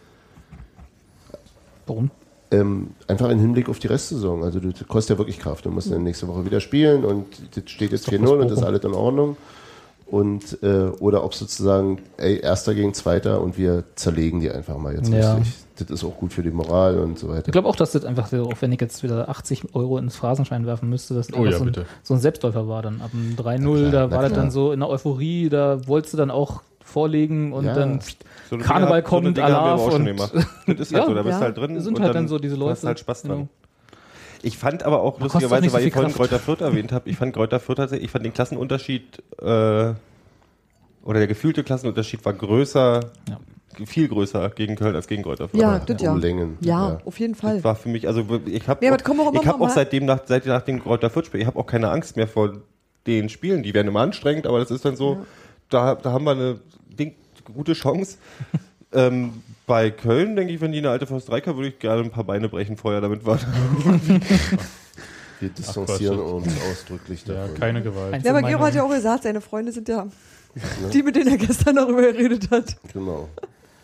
Warum? Ähm, einfach im Hinblick auf die Restsaison. Also das kostet ja wirklich Kraft. Du musst dann nächste Woche wieder spielen und das steht jetzt doch vier null und bloß das ist alles in Ordnung. Und, äh, oder ob sozusagen, ey, Erster gegen Zweiter und wir zerlegen die einfach mal jetzt Ja. richtig. Das ist auch gut für die Moral und so weiter. Ich glaube auch, dass das einfach, so, auch wenn ich jetzt wieder achtzig Euro ins Phrasenschein werfen müsste, dass das Oh einfach ja, so, ein, bitte. so ein Selbstläufer war dann. Ab dem drei null, Na klar, da na war das klar. dann so in der Euphorie, da wolltest du dann auch vorlegen und Ja. dann So eine Karneval Dinger- so eine kommt, Dinger haben wir aber Alarv auch schon und gemacht. Das ist halt Ja, so, da bist ja. du halt drin. sind und halt dann so diese hast Läufe. halt Spaß dran. Genau. Ich fand aber auch Man kostet auch lustigerweise, nicht so weil viel ich vorhin Kraft. Greuther Fürth erwähnt habe, ich fand Greuther Fürth tatsächlich, ich fand den Klassenunterschied äh, oder der gefühlte Klassenunterschied war größer, Ja. viel größer gegen Köln als gegen Greuther Fürth. Ja, das ja. Um Längen. Ja, auf jeden Fall. Das war für mich, also ich habe Ja, aber das kommen wir auch immer ich hab mal- auch seitdem nach, seit nach dem Greuther Fürth Spiel, ich habe auch keine Angst mehr vor den Spielen. Die werden immer anstrengend, aber das ist dann so, da, da haben wir eine Ding, gute Chance. ähm, bei Köln denke ich, wenn die eine alte Faust Dreiker, würde ich gerne ein paar Beine brechen vorher, damit wir Wir distanzieren Ach, uns ausdrücklich Ja, davon. keine Gewalt. Ein- Ja, aber Meinung. Gero hat ja auch gesagt, seine Freunde sind ja die, mit denen er gestern darüber geredet hat. Genau.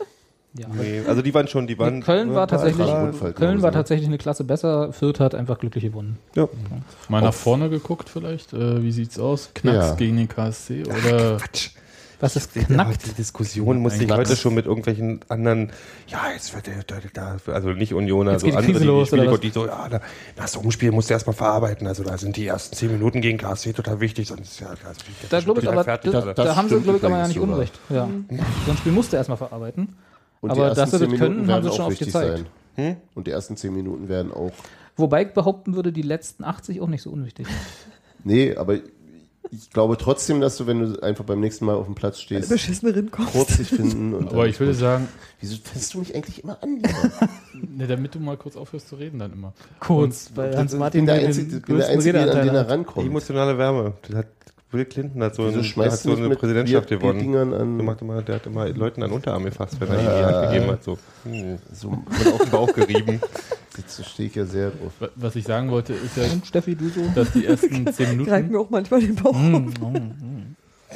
Ja. Nee, also die waren schon, die waren. Nee, Köln war tatsächlich, war Unfall, Köln glaube war ich, ne? tatsächlich eine Klasse besser. Fürth hat einfach glücklich gewonnen. Ja. Mal nach vorne geguckt vielleicht. Äh, wie sieht's aus? Knacks Ja. gegen den K S C oder Quatsch. Was ist Aber knackt? die Diskussion musste ich Knacks. heute schon mit irgendwelchen anderen, ja, jetzt wird der, der, der also nicht Unioner, Jetzt so geht die andere, Krise die, die los, Spiele, oder was? die so, ja, da, nach so einem Spiel musst du erstmal verarbeiten. Also da sind die ersten zehn Minuten gegen K S C total wichtig, sonst ist ja, also Da glaube ich aber, fertig. da, alle. da Das haben sie, stimmt glaube ich, aber ja übrigens nicht sogar. Unrecht. Ja. So ein Spiel musste erstmal verarbeiten. Und Aber die dass ersten sie das zehn können, Minuten haben werden sie schon auch oft wichtig gezeigt. sein. Hm? Und die ersten zehn Minuten werden auch. Wobei ich behaupten würde, die letzten achtzig auch nicht so unwichtig. Nee, aber ich glaube trotzdem, dass du, wenn du einfach beim nächsten Mal auf dem Platz Eine stehst, beschissene Rinkost. kurz dich finden. Und aber dann- ich würde sagen, Wieso fängst du mich eigentlich immer an? ne, damit du mal kurz aufhörst zu reden dann immer. Kurz, weil Ich Hans-Martin bin der den Einzige, bin der größten Einzige an den Redeanteil er hat. rankommt. Emotionale Wärme. Das hat, Bill Clinton hat so, Wieso ein, schmeißt hat du so mich eine mit Präsidentschaft Bier- gewonnen. Bierdingern an? Der, macht immer, der hat immer Leuten an den Unterarm gefasst, wenn er Ah. ihm die Hand gegeben hat. So, hm, So, und auf den Bauch gerieben. jetzt stehe ich ja sehr drauf. Wa- Was ich sagen wollte, ist ja, Und Steffi, du so? dass die ersten zehn Greift Minuten, mir auch manchmal den Bauch. Mm, mm, mm.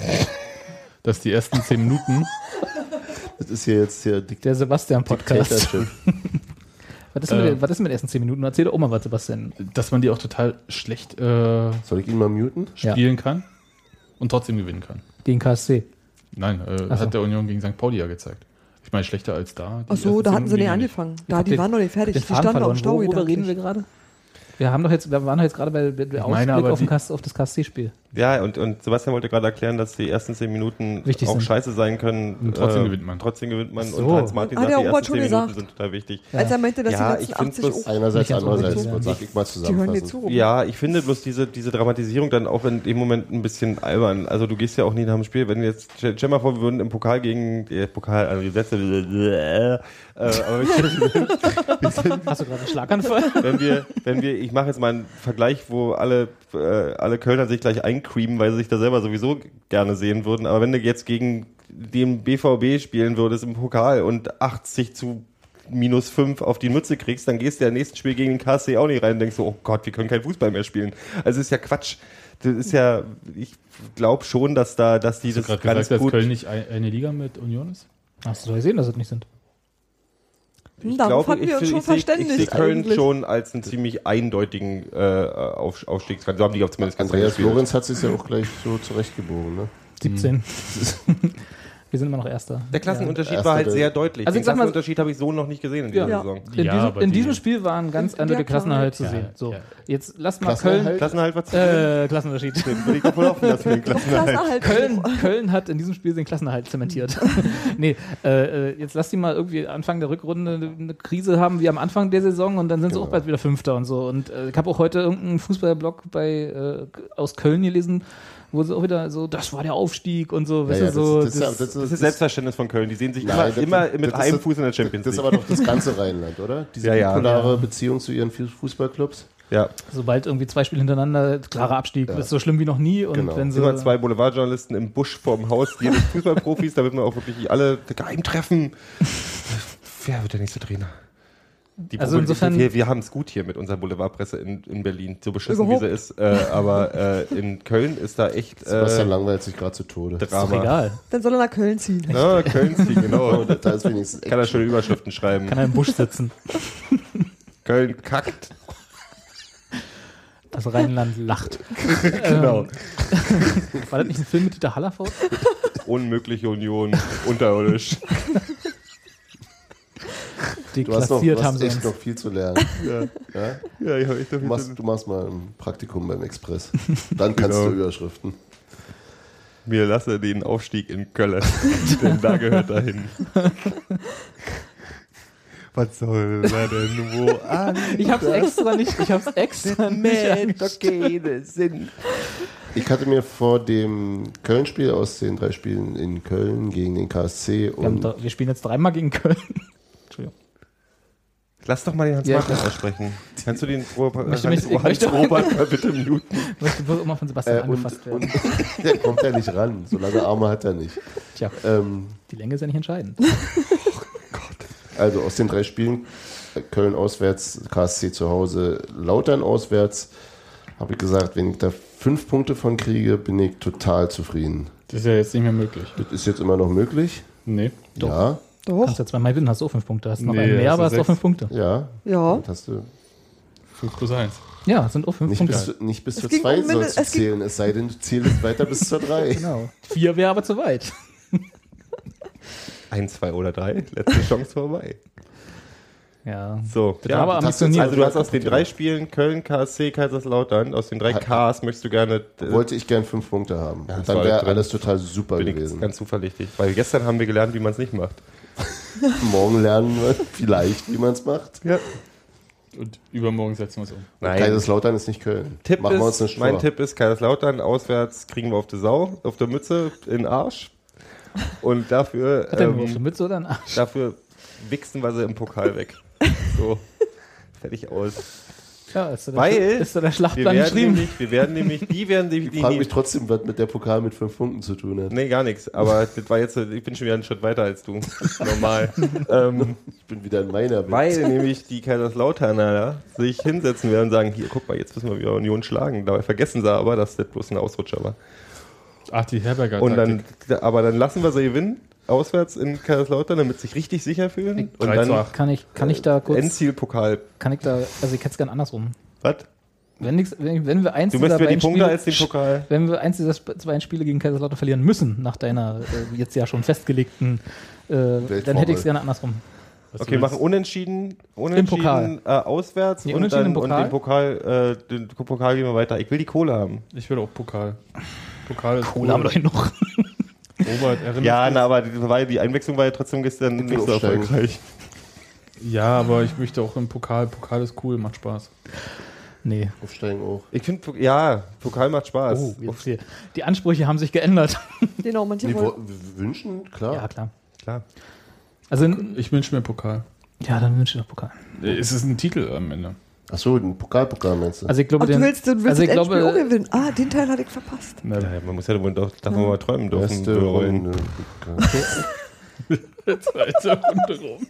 dass die ersten zehn Minuten, Das ist hier jetzt hier Dick Der Sebastian-Podcast. Dictatorship. Was ist, denn mit Äh. den- was ist denn mit den ersten zehn Minuten? Erzähl doch auch mal was, Sebastian. dass man die auch total schlecht äh, Soll ich ihn mal muten? spielen kann und trotzdem gewinnen kann. Gegen K S C. Nein, äh, Ach so. hat der Union gegen Sankt Pauli ja gezeigt. Ich meine, schlechter als da. Die Ach so, ersten da zehn hatten sie nicht Minuten angefangen. Da, hab die den- waren noch nicht fertig. Den Die Faden standen auf verloren. dem Stau. Worüber reden wir gerade? Wir haben doch jetzt, wir waren doch jetzt gerade bei bei der meine Ausblick aber auf, den die- K S, auf das K S C-Spiel. Ja, und, und Sebastian wollte gerade erklären, dass die ersten zehn Minuten Wichtig auch sind. scheiße sein können. Und trotzdem gewinnt man. Trotzdem gewinnt man. Ach so. Und Hans-Martin Hat sagt, der die Robert ersten schon zehn Minuten gesagt. sind total wichtig. Als er meinte, dass Ja, die ich letzten find's achtzig bloß- auch Einerseits, Nicht ganz andererseits. unbedingt. Sag ich mal Die hören dir zusammenfassen. zu. Ja, ich finde bloß diese, diese Dramatisierung dann auch in dem Moment ein bisschen albern. Also du gehst ja auch nie nach dem Spiel. Wenn jetzt, stell stell mal vor, wir würden im Pokal gegen, äh, Pokal, also die Sätze, äh, aber wir sind, Hast du gerade einen Schlaganfall? wenn wir, wenn wir, ich mache jetzt mal einen Vergleich, wo alle, äh, alle Kölner sich gleich eincreamen, weil sie sich da selber sowieso gerne sehen würden. Aber wenn du jetzt gegen den B V B spielen würdest im Pokal und achtzig zu minus fünf auf die Mütze kriegst, dann gehst du ja im nächsten Spiel gegen den K S C auch nicht rein und denkst so, oh Gott, wir können kein Fußball mehr spielen. Also ist ja Quatsch. Das ist ja, ich glaube schon, dass da, dass die Hast du das gerade ganz gesagt, dass gut. Köln nicht ein, eine Liga mit Union ist? Hast du doch gesehen, dass es nicht sind. Ich Darauf glaube, hatten wir ich, uns schon ich, sehe- ich sehe verständigt Köln eigentlich. schon als einen ziemlich eindeutigen äh, Auf, Aufstiegskandidaten. So haben die auch zumindest ganz Andreas gespielt. Lorenz hat sich ja auch gleich so zurechtgebogen. Ne? siebzehn. Wir sind immer noch Erster. Der Klassenunterschied Ja. war halt Erste- sehr deutlich. Also Den ich sag mal- Klassenunterschied habe ich so noch nicht gesehen in dieser Ja. Saison. In, Ja, diesem, aber in die- diesem Spiel war ein ganz In eindeutiger der Klassenerhalt zu Ja, sehen. So, ja. jetzt lass mal Klassenerhalt? Klassenhalt, was? Köln. Äh, Klassenunterschied. Würde ich davon hoffen, dass wir den Klassenerhalt. Klassenerhalt. Köln, Köln hat in diesem Spiel den Klassenerhalt zementiert. nee, äh, äh, jetzt lass die mal irgendwie Anfang der Rückrunde eine, eine Krise haben wie am Anfang der Saison und dann sind sie Genau. auch bald wieder Fünfter und so. Und äh, ich habe auch heute irgendeinen Fußballblog bei äh, aus Köln gelesen, wo sie auch wieder so, das war der Aufstieg und so, weißt Ja, du, ja, so. das, das, das- das, Das ist Selbstverständnis von Köln. Die sehen sich Nein, immer, das- immer das mit ist einem das- Fuß in der Champions Das ist League. aber doch das ganze Rheinland, oder? Diese Ja, ja. bipolare Ja. Beziehung zu ihren Fußballclubs. Ja, Sobald irgendwie zwei Spiele hintereinander, klarer Abstieg, Ja. ist so schlimm wie noch nie. Und Genau. wenn sie, immer zwei Boulevardjournalisten im Busch vorm Haus jedes Fußballprofis, damit man auch wirklich alle Geheimtreffen. Wer wird der nächste Trainer? Die Also insofern- wir, wir haben es gut hier mit unserer Boulevardpresse in, in Berlin, so beschissen Überhaupt. wie sie ist. Äh, aber äh, in Köln ist da echt Sebastian äh, langweilt sich gerade zu Tode. ist doch Drama. egal. Dann soll er nach Köln ziehen. Ja, Köln, genau. Oh, da ist wenigstens Kann er schöne Überschriften schreiben. Kann er im Busch sitzen. Köln kackt. Das Rheinland lacht. Genau. Ähm, war das nicht ein Film mit Dieter Hallervorden? Unmögliche Union, unterirdisch. Die Du hast, noch, klassiert du haben hast sie echt uns. noch viel zu lernen. Ja, Ja? ja ich habe echt Du, dafür machst, du machst mal ein Praktikum beim Express. Dann kannst Genau. du Überschriften. Wir lassen den Aufstieg in Köln, denn da gehört er hin. Was soll er denn wo an? Ich hab's extra nicht, ich hab's extra nicht angestellt. Sinn. Ich hatte mir vor dem Köln-Spiel aus den drei Spielen in Köln gegen den K S C Wir, haben und da, wir spielen jetzt dreimal gegen Köln. Entschuldigung. Lass doch mal den Hans Ja. Martin aussprechen. Kannst du den Robert, Möchte mich- Hans, ich möchte- Robert mal bitte muten? Ich möchte bloß immer von Sebastian äh, und, angefasst werden. und der kommt ja nicht ran. So lange Arme hat er nicht. Tja, Ähm, die Länge ist ja nicht entscheidend. also aus den drei Spielen, äh, Köln auswärts, K S C zu Hause, Lautern auswärts, habe ich gesagt, wenn ich da fünf Punkte von kriege, bin ich total zufrieden. Das ist ja jetzt nicht mehr möglich. Das ist jetzt immer noch möglich. Nee. Doch. Ja. Doch. Kannst ja zweimal gewinnen, hast du auch fünf Punkte. Hast noch Nee, einen mehr, hast aber du hast auch sechs. fünf Punkte. Ja. Ja. Das hast du fünf plus eins. Ja, es sind auch fünf nicht Punkte. bis, zu- nicht bis Es zur ging zwei um Minde- sollst du es ging- zählen, es sei denn, du zählst weiter bis zur drei. Genau. Vier wäre aber zu weit. Ein, zwei oder drei. Letzte Chance vorbei. Ja. So, Das war aber das hast du ambitioniert. also du hast aus den drei Spielen Köln, K S C, Kaiserslautern, aus den drei Ks möchtest du gerne, äh, Wollte ich gern fünf Punkte haben. Ja, Und das dann war wäre drin. alles total super bin ich gewesen. ganz zuverlässig. Weil gestern haben wir gelernt, wie man es nicht macht. Morgen lernen wir vielleicht, wie man es macht. Ja. Und übermorgen setzen wir es um. Nein. Kaiserslautern ist nicht Köln. Tipp Machen wir uns ist, nicht mein vor. Tipp ist, Kaiserslautern, auswärts kriegen wir auf die Sau, auf der Mütze, in den Arsch. Und dafür, Hat der nur auf der ähm, Mütze oder ein Arsch? dafür wichsen wir sie im Pokal weg. So, fertig aus. Ja, ist da der, Weil ist da der Wir Schlachtplan werden, geschrieben? nämlich, wir werden nämlich, die werden die, Ich die, frage mich die trotzdem, was mit der Pokal mit fünf Punkten zu tun hat. nee, gar nichts. Aber das war jetzt, ich bin schon wieder einen Schritt weiter als du. Normal. ähm, Ich bin wieder in meiner Welt. weil nämlich die Kaiserslauterner da sich hinsetzen werden und sagen, hier, guck mal, jetzt müssen wir wieder Union schlagen. Dabei vergessen sie aber, dass das bloß ein Ausrutscher war. Ach, die Herberger Und dann, aber dann lassen wir sie gewinnen, auswärts in Kaiserslautern, damit sie sich richtig sicher fühlen. Und drei zu dann acht. Kann ich, kann ich da kurz, Endziel-Pokal. kann ich da, also ich hätte es gern andersrum. Was? Wenn, nix, wenn, wenn wir eins Du dieser möchtest mir die beiden Punkte Spiele, als den Pokal? wenn wir eins dieser Sp- zwei Spiele gegen Kaiserslautern verlieren müssen, nach deiner äh, jetzt ja schon festgelegten, äh, dann hätte ich es gerne andersrum. Was Okay, du machen willst. unentschieden, unentschieden Pokal. Äh, auswärts Nee, und, unentschieden dann, im und Pokal. den Pokal, äh, den Pokal gehen wir weiter. Ich will die Kohle haben. Ich will auch Pokal. Pokal ist Cool, haben wir doch genug. Robert erinnert Ja, mich. na, aber die, weil die Einwechslung war ja trotzdem gestern will nicht so aufsteigen. erfolgreich. Ja, aber ich möchte auch im Pokal. Pokal ist cool, macht Spaß. Nee. Aufsteigen auch. Ich finde, ja, Pokal macht Spaß. Oh, jetzt hier. Die Ansprüche haben sich geändert. Genau, manche Nee, wollen. wo, wünschen, klar. Ja, klar. Klar. Also, Ich wünsche mir Pokal. ja, dann wünsche ich doch Pokal. Es ist ein Titel am Ende. Achso, ein Pokalpokal meinst du? Also ich glaube, Ach, du den, willst, du willst also ich das Endspiel auch glaube, gewinnen. Ah, den Teil hatte ich verpasst. Na, Ja, man muss ja wohl doch, darf man mal träumen dürfen. Erste Rollen. Runde. zweite Runde rum.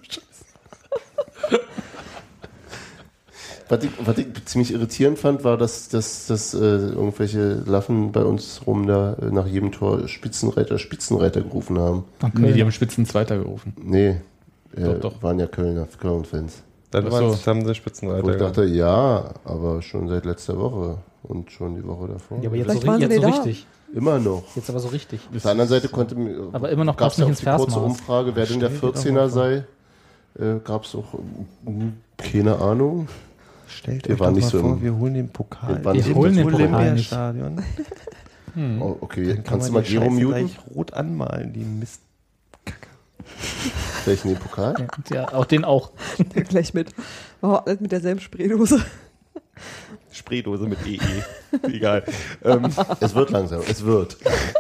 Was ich, was ich ziemlich irritierend fand, war, dass, dass, dass äh, irgendwelche Laffen bei uns rum da äh, nach jedem Tor Spitzenreiter, Spitzenreiter gerufen haben. Nee, die haben Spitzen Zweiter gerufen. Nee, äh, Doch, doch. waren ja Kölner, Köln-Fans. Dann Ach waren's- so. haben sie Wo ich Spitzenreiter. dachte, ja, aber schon seit letzter Woche und schon die Woche davor. ja, aber jetzt, Vielleicht so, waren sie jetzt so nicht da. richtig. Immer noch. Jetzt aber so richtig. Auf der anderen Seite konnte Aber immer noch gab es passt nicht ja auch ins die kurze Versmaß. Umfrage, wer denn der Stell dir doch vierzehner mal vor. sei. Äh, gab es auch äh, keine Ahnung. Stellt Wir euch waren doch nicht mal so vor, im- wir holen den Pokal. Wir waren nicht Wir im holen den Pokal. Pokal nicht. Olympiastadion. Oh, okay, Dann kann kannst du man mal die Gero Scheiße muten? gleich rot anmalen, die Mist. Welchen den Pokal? Ja, und ja, auch den auch. Ja, gleich mit. Oh, alles mit derselben Spraydose. Spraydose mit E E. Egal. ähm, Es wird langsam, es wird.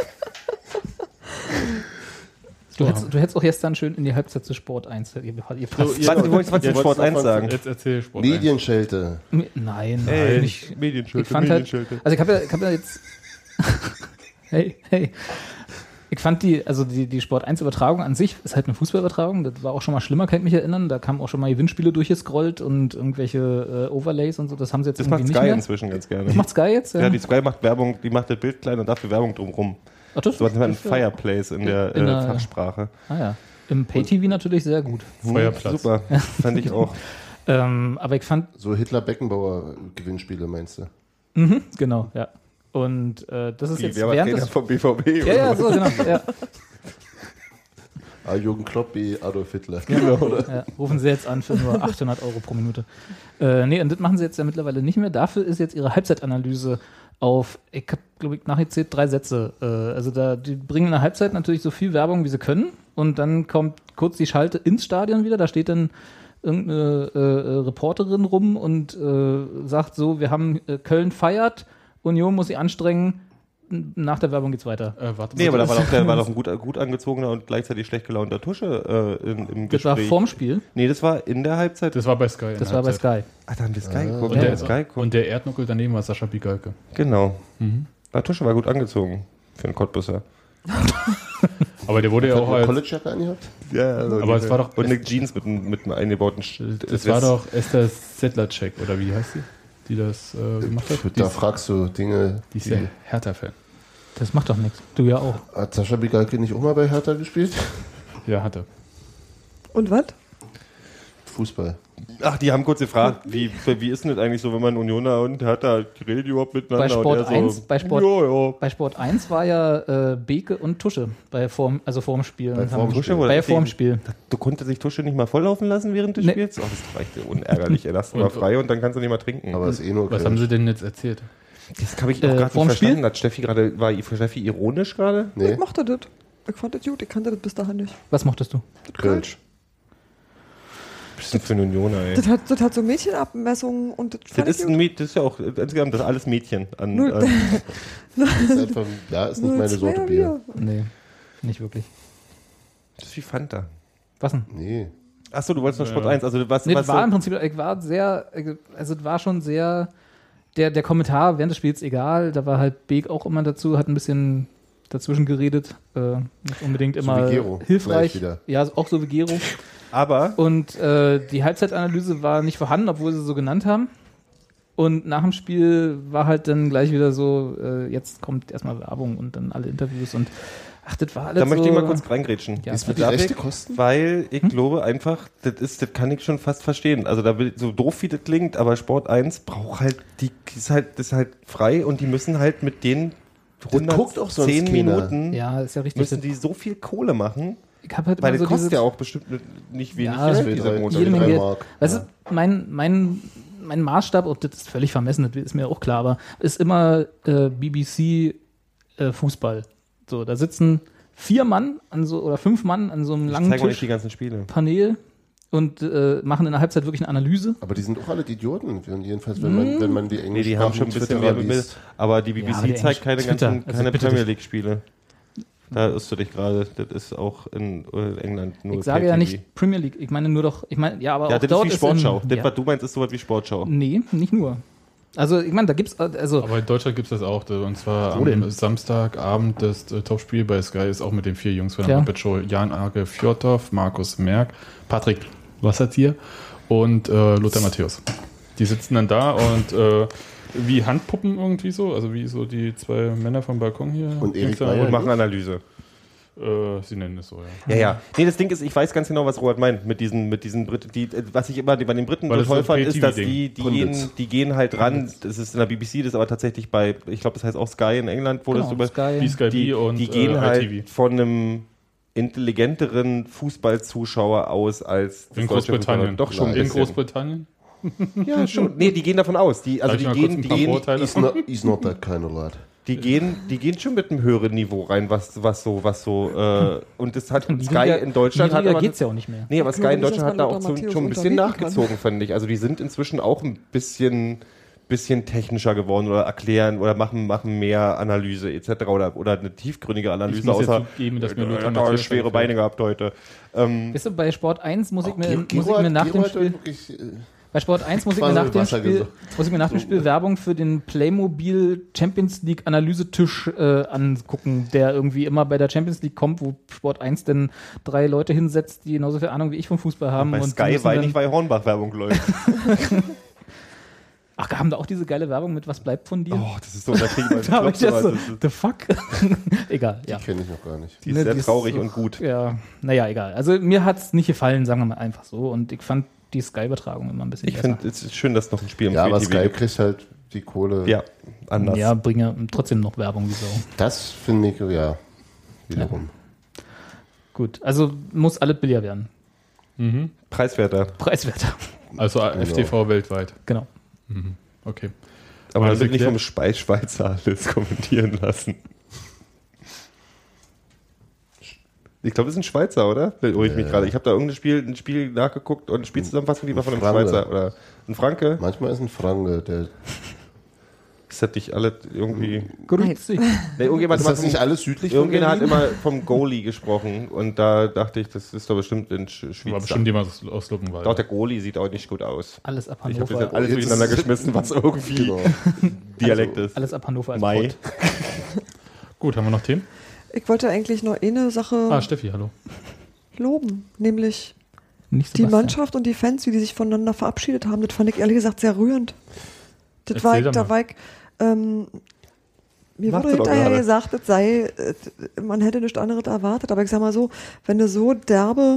Du hättest, du hättest auch gestern schön in die Halbzeit zu Sport eins. Ihr, ihr passt. Ja, was, was, was ihr den Sport wollt's eins noch sagen? Jetzt erzähl Sport. eins. Medienschelte. Nein, nein. Ey, ich, Medienschild, ich fand halt, Medienschild. also ich habe ja, ich hab ja jetzt, hey, hey, ich fand die, also die, die Sport eins Übertragung an sich ist halt eine Fußballübertragung, das war auch schon mal schlimmer, kann ich mich erinnern, da kamen auch schon mal Gewinnspiele durchgescrollt und irgendwelche äh, Overlays und so, das haben sie jetzt Das irgendwie macht nicht Sky mehr. inzwischen ganz gerne. Das macht Sky jetzt? Ja, die Sky macht Werbung, die macht das Bild klein und dafür Werbung drumrum. Ach, das, So was nennt man das- Fireplace in der, In äh, der- Fachsprache. Ah ja, im Pay-T V natürlich sehr gut. Feuerplatz. Super, fand ich auch. Ähm, aber ich fand, So Hitler-Beckenbauer-Gewinnspiele meinst du? mhm, genau, ja. Und äh, das ist Wie, jetzt wer war während Trainer des... vom B V B? Ja, oder ja, was? so, genau, ja. A. Jürgen Klopp, B. Adolf Hitler. Ja, rufen Sie jetzt an für nur achthundert Euro pro Minute. Äh, nee, und das machen Sie jetzt ja mittlerweile nicht mehr. Dafür ist jetzt Ihre Halbzeitanalyse auf, ich habe, glaube ich, nachgezählt, drei Sätze. Äh, also da, die bringen in der Halbzeit natürlich so viel Werbung, wie sie können. Und dann kommt kurz die Schalte ins Stadion wieder. Da steht dann irgendeine äh, äh, Reporterin rum und äh, sagt so, wir haben äh, Köln feiert, Union muss sich anstrengen. Nach der Werbung geht's weiter. Äh, warte Nee, aber da mal. war doch, der war doch ein gut, gut angezogener und gleichzeitig schlecht gelaunter Tusche äh, in, im Das war Gespräch. vorm Spiel. Nee, das war in der Halbzeit. Das war bei Sky. in Das der war bei Halbzeit. Sky. Ah, da haben wir Sky geguckt. Und, Ja, der, Sky geguckt. und der Erdnuckel daneben war Sascha Bigalke. Genau. Mhm. Der Tusche war gut angezogen für einen Cottbusser. Aber der wurde ja auch als. Collegejacke angehabt? Ja, also Aber es war doch- Und eine Jeans mit, einem- mit einem eingebauten Schild. Das war doch Esther Sedlacek, oder wie heißt sie? Die das äh, gemacht hat? Die Da ist, fragst du Dinge. die ist ja Hertha-Fan. Das macht doch nichts. Du ja auch. Hat Sascha Bigalke nicht auch mal bei Hertha gespielt? Ja, hatte. Und was? Fußball. Ach, die haben kurz gefragt, wie, wie ist denn das eigentlich so, wenn man Unioner und hat da die reden überhaupt miteinander? Bei Sport und er eins, so, bei Sport, ja, ja. bei Sport eins war ja äh, Beke und Tusche bei vorm, also vorm Spiel. Bei Und vorm haben- Spiel. Bei vorm Spiel. Du konntest sich Tusche nicht mal volllaufen lassen während des Nee. Spiels? Oh, das ist echt unärgerlich. Ey, lass du mal Und- frei und dann kannst du nicht mal trinken. Aber ist eh nur Was Cringe. haben sie denn jetzt erzählt? das habe ich Äh, auch gerade vorm nicht verstanden. Spiel? Hat Steffi gerade, war Steffi ironisch gerade? Ich Nee, mochte das. Ich fand das gut, ich kannte das bis dahin nicht. Was mochtest du? Kölsch. Was ist denn für ein Unioner, ey? Das hat, das hat so Mädchenabmessungen und das Das fand ist, ich ein gut. Mäd- das ist ja auch insgesamt das ist alles Mädchen. An, Null. an, Das ist einfach, ja, ist nicht Null meine zwei Sorte Bier. Nee, nicht wirklich. das ist wie Fanta. Was denn? Nee. Achso, du wolltest noch Ja. Sport eins. Also was, Nee, was das war im so, Prinzip, ich war sehr, also es war schon sehr, der, der Kommentar während des Spiels egal, da war halt Beek auch immer dazu, hat ein bisschen dazwischen geredet, äh, nicht unbedingt So immer wie Gero, hilfreich. gleich wieder. Ja, auch so wie Gero. aber Und äh, die Halbzeitanalyse war nicht vorhanden, obwohl sie so genannt haben. Und nach dem Spiel war halt dann gleich wieder so, äh, jetzt kommt erstmal Werbung und dann alle Interviews und ach, das war alles da möchte so, ich mal kurz reingrätschen. Ja, Ist das für die darf Rechte ich? kosten? Weil ich Hm? glaube einfach, das ist, das kann ich schon fast verstehen. Also da will, so doof wie das klingt, aber Sport eins braucht halt, die ist halt, das ist halt frei und die müssen halt mit den guckt auch sonst hundertzehn keiner. Minuten Ja, ist ja richtig. müssen die so viel Kohle machen, ich habe halt weil immer das so kostet dieses, ja auch bestimmt nicht wenig Ja, Geld, Zwei, dieser drei, Motor. jede Menge drei Geld. Mark. Weißt Ja. du, mein, mein, mein Maßstab, und das ist völlig vermessen, das ist mir auch klar, aber ist immer äh, B B C äh, Fußball. So, da sitzen vier Mann an so, oder fünf Mann an so einem Ich langen zeig mal nicht die Tisch, ganzen Spiele. Panel und äh, machen in der Halbzeit wirklich eine Analyse. Aber die sind auch alle die Idioten. Jedenfalls, wenn man, wenn man die Nee, die haben schon ein bisschen mehr mit, aber die B B Ja, C aber der zeigt keine Englisch- Twitter, ganzen, also keine bitte Premier dich. League Spiele. Da irrst du dich gerade. Das ist auch in äh, England nur Ich sage ja Pay-T V. nicht Premier League, ich meine nur doch, ich meine, ja, aber Ja, auch das dort ist wie Sportschau. in, Das, ja, was du meinst, ist sowas wie Sportschau. nee, nicht nur. Also, ich meine, da gibt's, also, Aber in Deutschland gibt es das auch. Und zwar Wo am denn? Samstagabend das äh, Topspiel bei Sky ist auch mit den vier Jungs von Ja. der Muppet Show. Jan Arge Fjordhoff, Markus Merck, Patrick Wassertier und äh, Lothar Matthäus. Die sitzen dann da und äh, wie Handpuppen irgendwie so, also wie so die zwei Männer vom Balkon hier. Und Erik Links- Meyer. Und machen Analyse. Äh, sie nennen es so, ja. Ja, ja. Nee, das Ding ist, ich weiß ganz genau, was Robert meint mit diesen, mit diesen Briten. Die, äh, was ich immer bei den Briten Weil so das toll so ein fand, ist, dass Pay-T V-Ding. die, die, Pundits. gehen, die gehen halt ran. Das ist in der B B C, das ist aber tatsächlich bei, ich glaube, das heißt auch Sky in England, wo genau, das über. Sky. Wie Sky Die, B und die gehen äh, halt I T V. von einem intelligenteren Fußballzuschauer aus als das In deutsche Großbritannien. Fußball. Doch schon ein In bisschen. Großbritannien? Ja, schon. Nee, die gehen davon aus. Die, also Sag ich die mal kurz gehen, ein die paar gehen, Vorteile? Is not, is not that kind of lad. die gehen, die gehen schon mit einem höheren Niveau rein, was, was so, was so, äh, und das hat Sky in Deutschland hat aber, geht's ja auch nicht mehr. nee, aber Ich Sky glaube in nicht, Deutschland dass hat da man auch Lothar so, Matthäus schon ein bisschen unterbieten kann. nachgezogen, finde ich. Also die sind inzwischen auch ein bisschen, bisschen technischer geworden oder erklären oder machen, machen mehr Analyse et cetera oder, oder eine tiefgründige Analyse, Ich muss jetzt außer zugeben, dass mir äh, Lothar da Matthäus schwere gefällt. Beine gehabt heute. Ähm, Weißt du, bei Sport eins muss ich mir, Gero- muss ich Gero mir hat- nach Gero dem hat Spiel, wirklich, äh, bei Sport eins muss ich, mir quasi nach dem Wasser Spiel gesoffen. muss ich mir nach dem Spiel Werbung für den Playmobil Champions League Analysetisch äh, angucken, der irgendwie immer bei der Champions League kommt, wo Sport eins denn drei Leute hinsetzt, die genauso viel Ahnung wie ich vom Fußball haben. bei und die Sky müssen weil dann- nicht, weil Hornbach-Werbung läuft. Ach, haben da auch diese geile Werbung mit Was bleibt von dir? Oh, das ist so, da kriegt man da hab ich jetzt so, das ist, the fuck? Egal, ja. Die kenne ich noch gar nicht. die ist Ne, sehr die ist traurig so- und gut. Ja, naja, egal. Also mir hat es nicht gefallen, sagen wir mal einfach so. Und ich fand die Sky-Übertragung immer ein bisschen Ich besser. finde es ist schön, dass noch ein Spiel im Ja, aber Free-T V Sky gibt. kriegt halt die Kohle. Ja, anders. Ja, bringe trotzdem noch Werbung, wieso? Das finde ich, ja, wiederum. Gut, also muss alles billiger werden. Mhm. Preiswerter. Preiswerter. Also F T V weltweit. Genau. Mhm. Okay. Aber Also dann wird nicht erklärt- vom Spei- Schweizer alles kommentieren lassen. Ich glaube, das ist ein Schweizer, oder? Da irre ich mich Äh. gerade. Ich habe da irgendein Spiel, ein Spiel nachgeguckt und eine Spielzusammenfassung, die war von einem Franke. Schweizer. Oder ein Franke? Manchmal ist ein Franke, der. Das hätte ich alle irgendwie. Grüezi. Nee, irgendjemand Ist hat das vom- nicht alles südlich von Irgendjemand hat Berlin? immer vom Goalie gesprochen und da dachte ich, das ist doch bestimmt in Sch- War Schweiz. bestimmt jemand aus, aus Luckenwald. Doch, der Goalie sieht auch nicht gut aus. Alles ab Ich habe Hannover. jetzt alles Jetzt durcheinander ist- geschmissen, was irgendwie Genau. Dialekt ist. Alles ab Hannover als Mai. Pott. Gut, haben wir noch Themen? Ich wollte eigentlich nur eine Sache Ah, Steffi, hallo. loben, nämlich Nicht die Sebastian. Mannschaft und die Fans, wie die sich voneinander verabschiedet haben. Das fand ich ehrlich gesagt sehr rührend. Das Erzähl war ich, doch da mal. war ich, ähm, mir Macht wurde sie doch hinterher gerade. gesagt, das sei, äh, man hätte nichts anderes erwartet, aber ich sag mal so, wenn du so derbe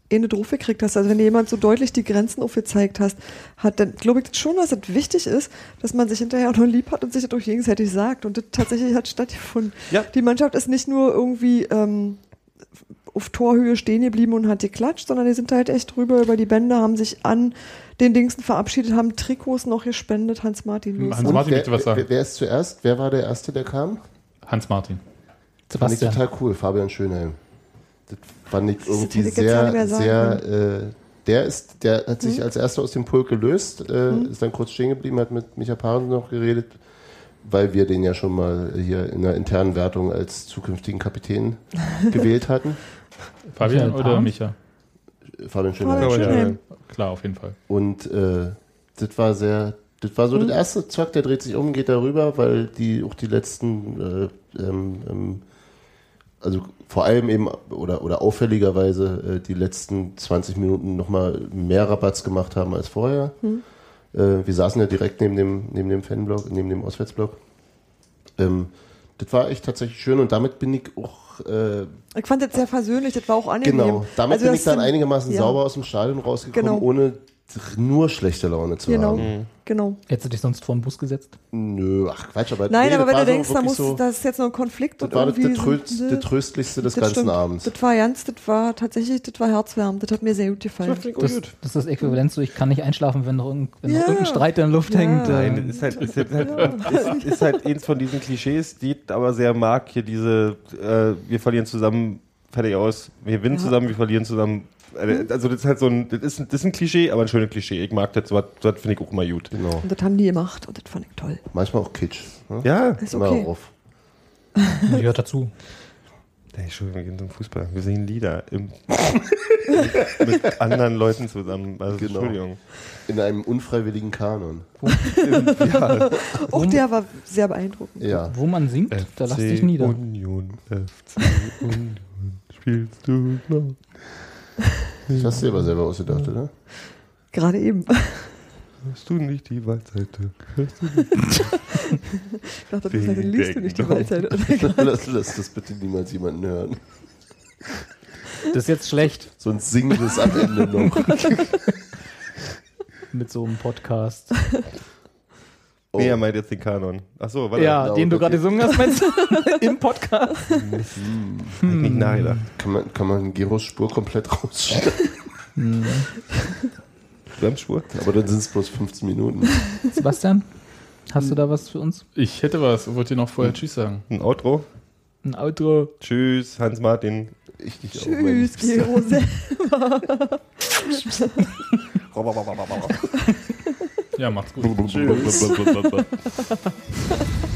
eine drauf gekriegt hast. Also wenn dir jemand so deutlich die Grenzen aufgezeigt hast, hat, dann glaube ich schon, dass es wichtig ist, dass man sich hinterher auch noch lieb hat und sich das auch gegenseitig sagt. Und das tatsächlich hat stattgefunden. Ja. Die Mannschaft ist nicht nur irgendwie ähm, auf Torhöhe stehen geblieben und hat geklatscht, sondern die sind halt echt drüber über die Bänder, haben sich an den Dingsen verabschiedet, haben Trikots noch gespendet. Hans-Martin los. Hans Und Martin wer, möchte was sagen. wer, wer ist zuerst? Wer war der Erste, der kam? Hans Martin. Fand ich Sebastian. total cool, Fabian Schönheim. Das fand ich irgendwie hätte ich jetzt gar nicht sehr, mehr sagen sehr, äh, der ist, der hat sich Hm? als erster aus dem Pulk gelöst, äh, Hm? ist dann kurz stehen geblieben, hat mit Micha Parensen noch geredet, weil wir den ja schon mal hier in der internen Wertung als zukünftigen Kapitän gewählt hatten. Fabian Michael oder Paaren? Micha? Fabian Schönheim. Fabian Ja, Schönheim. Klar, auf jeden Fall. Und äh, das war sehr, das war so Hm? das erste, zack, der dreht sich um, geht darüber, weil die auch die letzten, äh, ähm, ähm, also vor allem eben, oder, oder auffälligerweise äh, die letzten zwanzig Minuten nochmal mehr Rabatz gemacht haben als vorher. Hm. Äh, wir saßen ja direkt neben dem, neben dem Fanblock, neben dem Auswärtsblock. Ähm, das war echt tatsächlich schön und damit bin ich auch äh, Ich fand das sehr versöhnlich, das war auch angenehm. genau, damit Also bin das ich dann sind- einigermaßen ja. sauber aus dem Stadion rausgekommen, Genau. ohne nur schlechte Laune zu Genau, haben. genau. Hättest du dich sonst vor den Bus gesetzt? Nö, ach Quatsch, aber Nein, nee, aber das wenn war du so denkst, da wirklich muss, so, das ist jetzt noch ein Konflikt das und war das, irgendwie das, tröst, sind- das Tröstlichste des das ganzen stimmt. Abends. Das war ganz, das war tatsächlich, das war herzwärmend. Das hat mir sehr gut gefallen. Das, das ist das Äquivalent zu, ich kann nicht einschlafen, wenn noch, irgend, wenn noch Ja. irgendein Streit in der Luft Ja. hängt. Nein, Äh, das ist halt, ist, halt, ist, ist halt eins von diesen Klischees, die ich aber sehr mag. Hier diese, äh, wir verlieren zusammen, fertig aus. Wir gewinnen Ja. zusammen, wir verlieren zusammen. Also das ist halt so ein, das ist ein, das ist ein Klischee, aber ein schönes Klischee. Ich mag das, so was, so was finde ich auch immer gut. Genau. Und das haben die gemacht und das fand ich toll. Manchmal auch Kitsch. Ne? Ja. Ist Immer okay. auf. gehört dazu. Hey, Entschuldigung, wir gehen zum Fußball. Wir singen Lieder im, mit, mit anderen Leuten zusammen. Also, Genau. Entschuldigung. In einem unfreiwilligen Kanon. Ja. Auch der war sehr beeindruckend. Ja. Wo man singt, da lass dich nieder. Union, F C Union, spielst du noch? Das hast du dir aber selber ausgedacht, oder? Gerade eben. Hörst du nicht die Waldseite? Hörst du nicht? Ich dachte, du Wegen liest du der nicht die Gnome. Waldseite. lass, lass das bitte niemals jemanden hören. Das ist jetzt schlecht Sonst singen wir es am Ende noch. mit so einem Podcast. Oh. Nee, er meint jetzt den Kanon. Achso, warte. Ja, genau, den du okay. gerade gesungen hast, meinst du? Im Podcast. Hab ich nicht nachgedacht. Kann man, kann man Geros Spur komplett rausschneiden? Bremsspur? Aber dann sind es bloß fünfzehn Minuten. Sebastian, hast du da was für uns? Ich hätte was. Wollt ihr noch vorher Tschüss sagen? Ein Outro? Ein Outro? Tschüss, Hans-Martin. Ich dich auch, mein Tschüss, Liebster. Gero. Ja, macht's gut. Tschüss.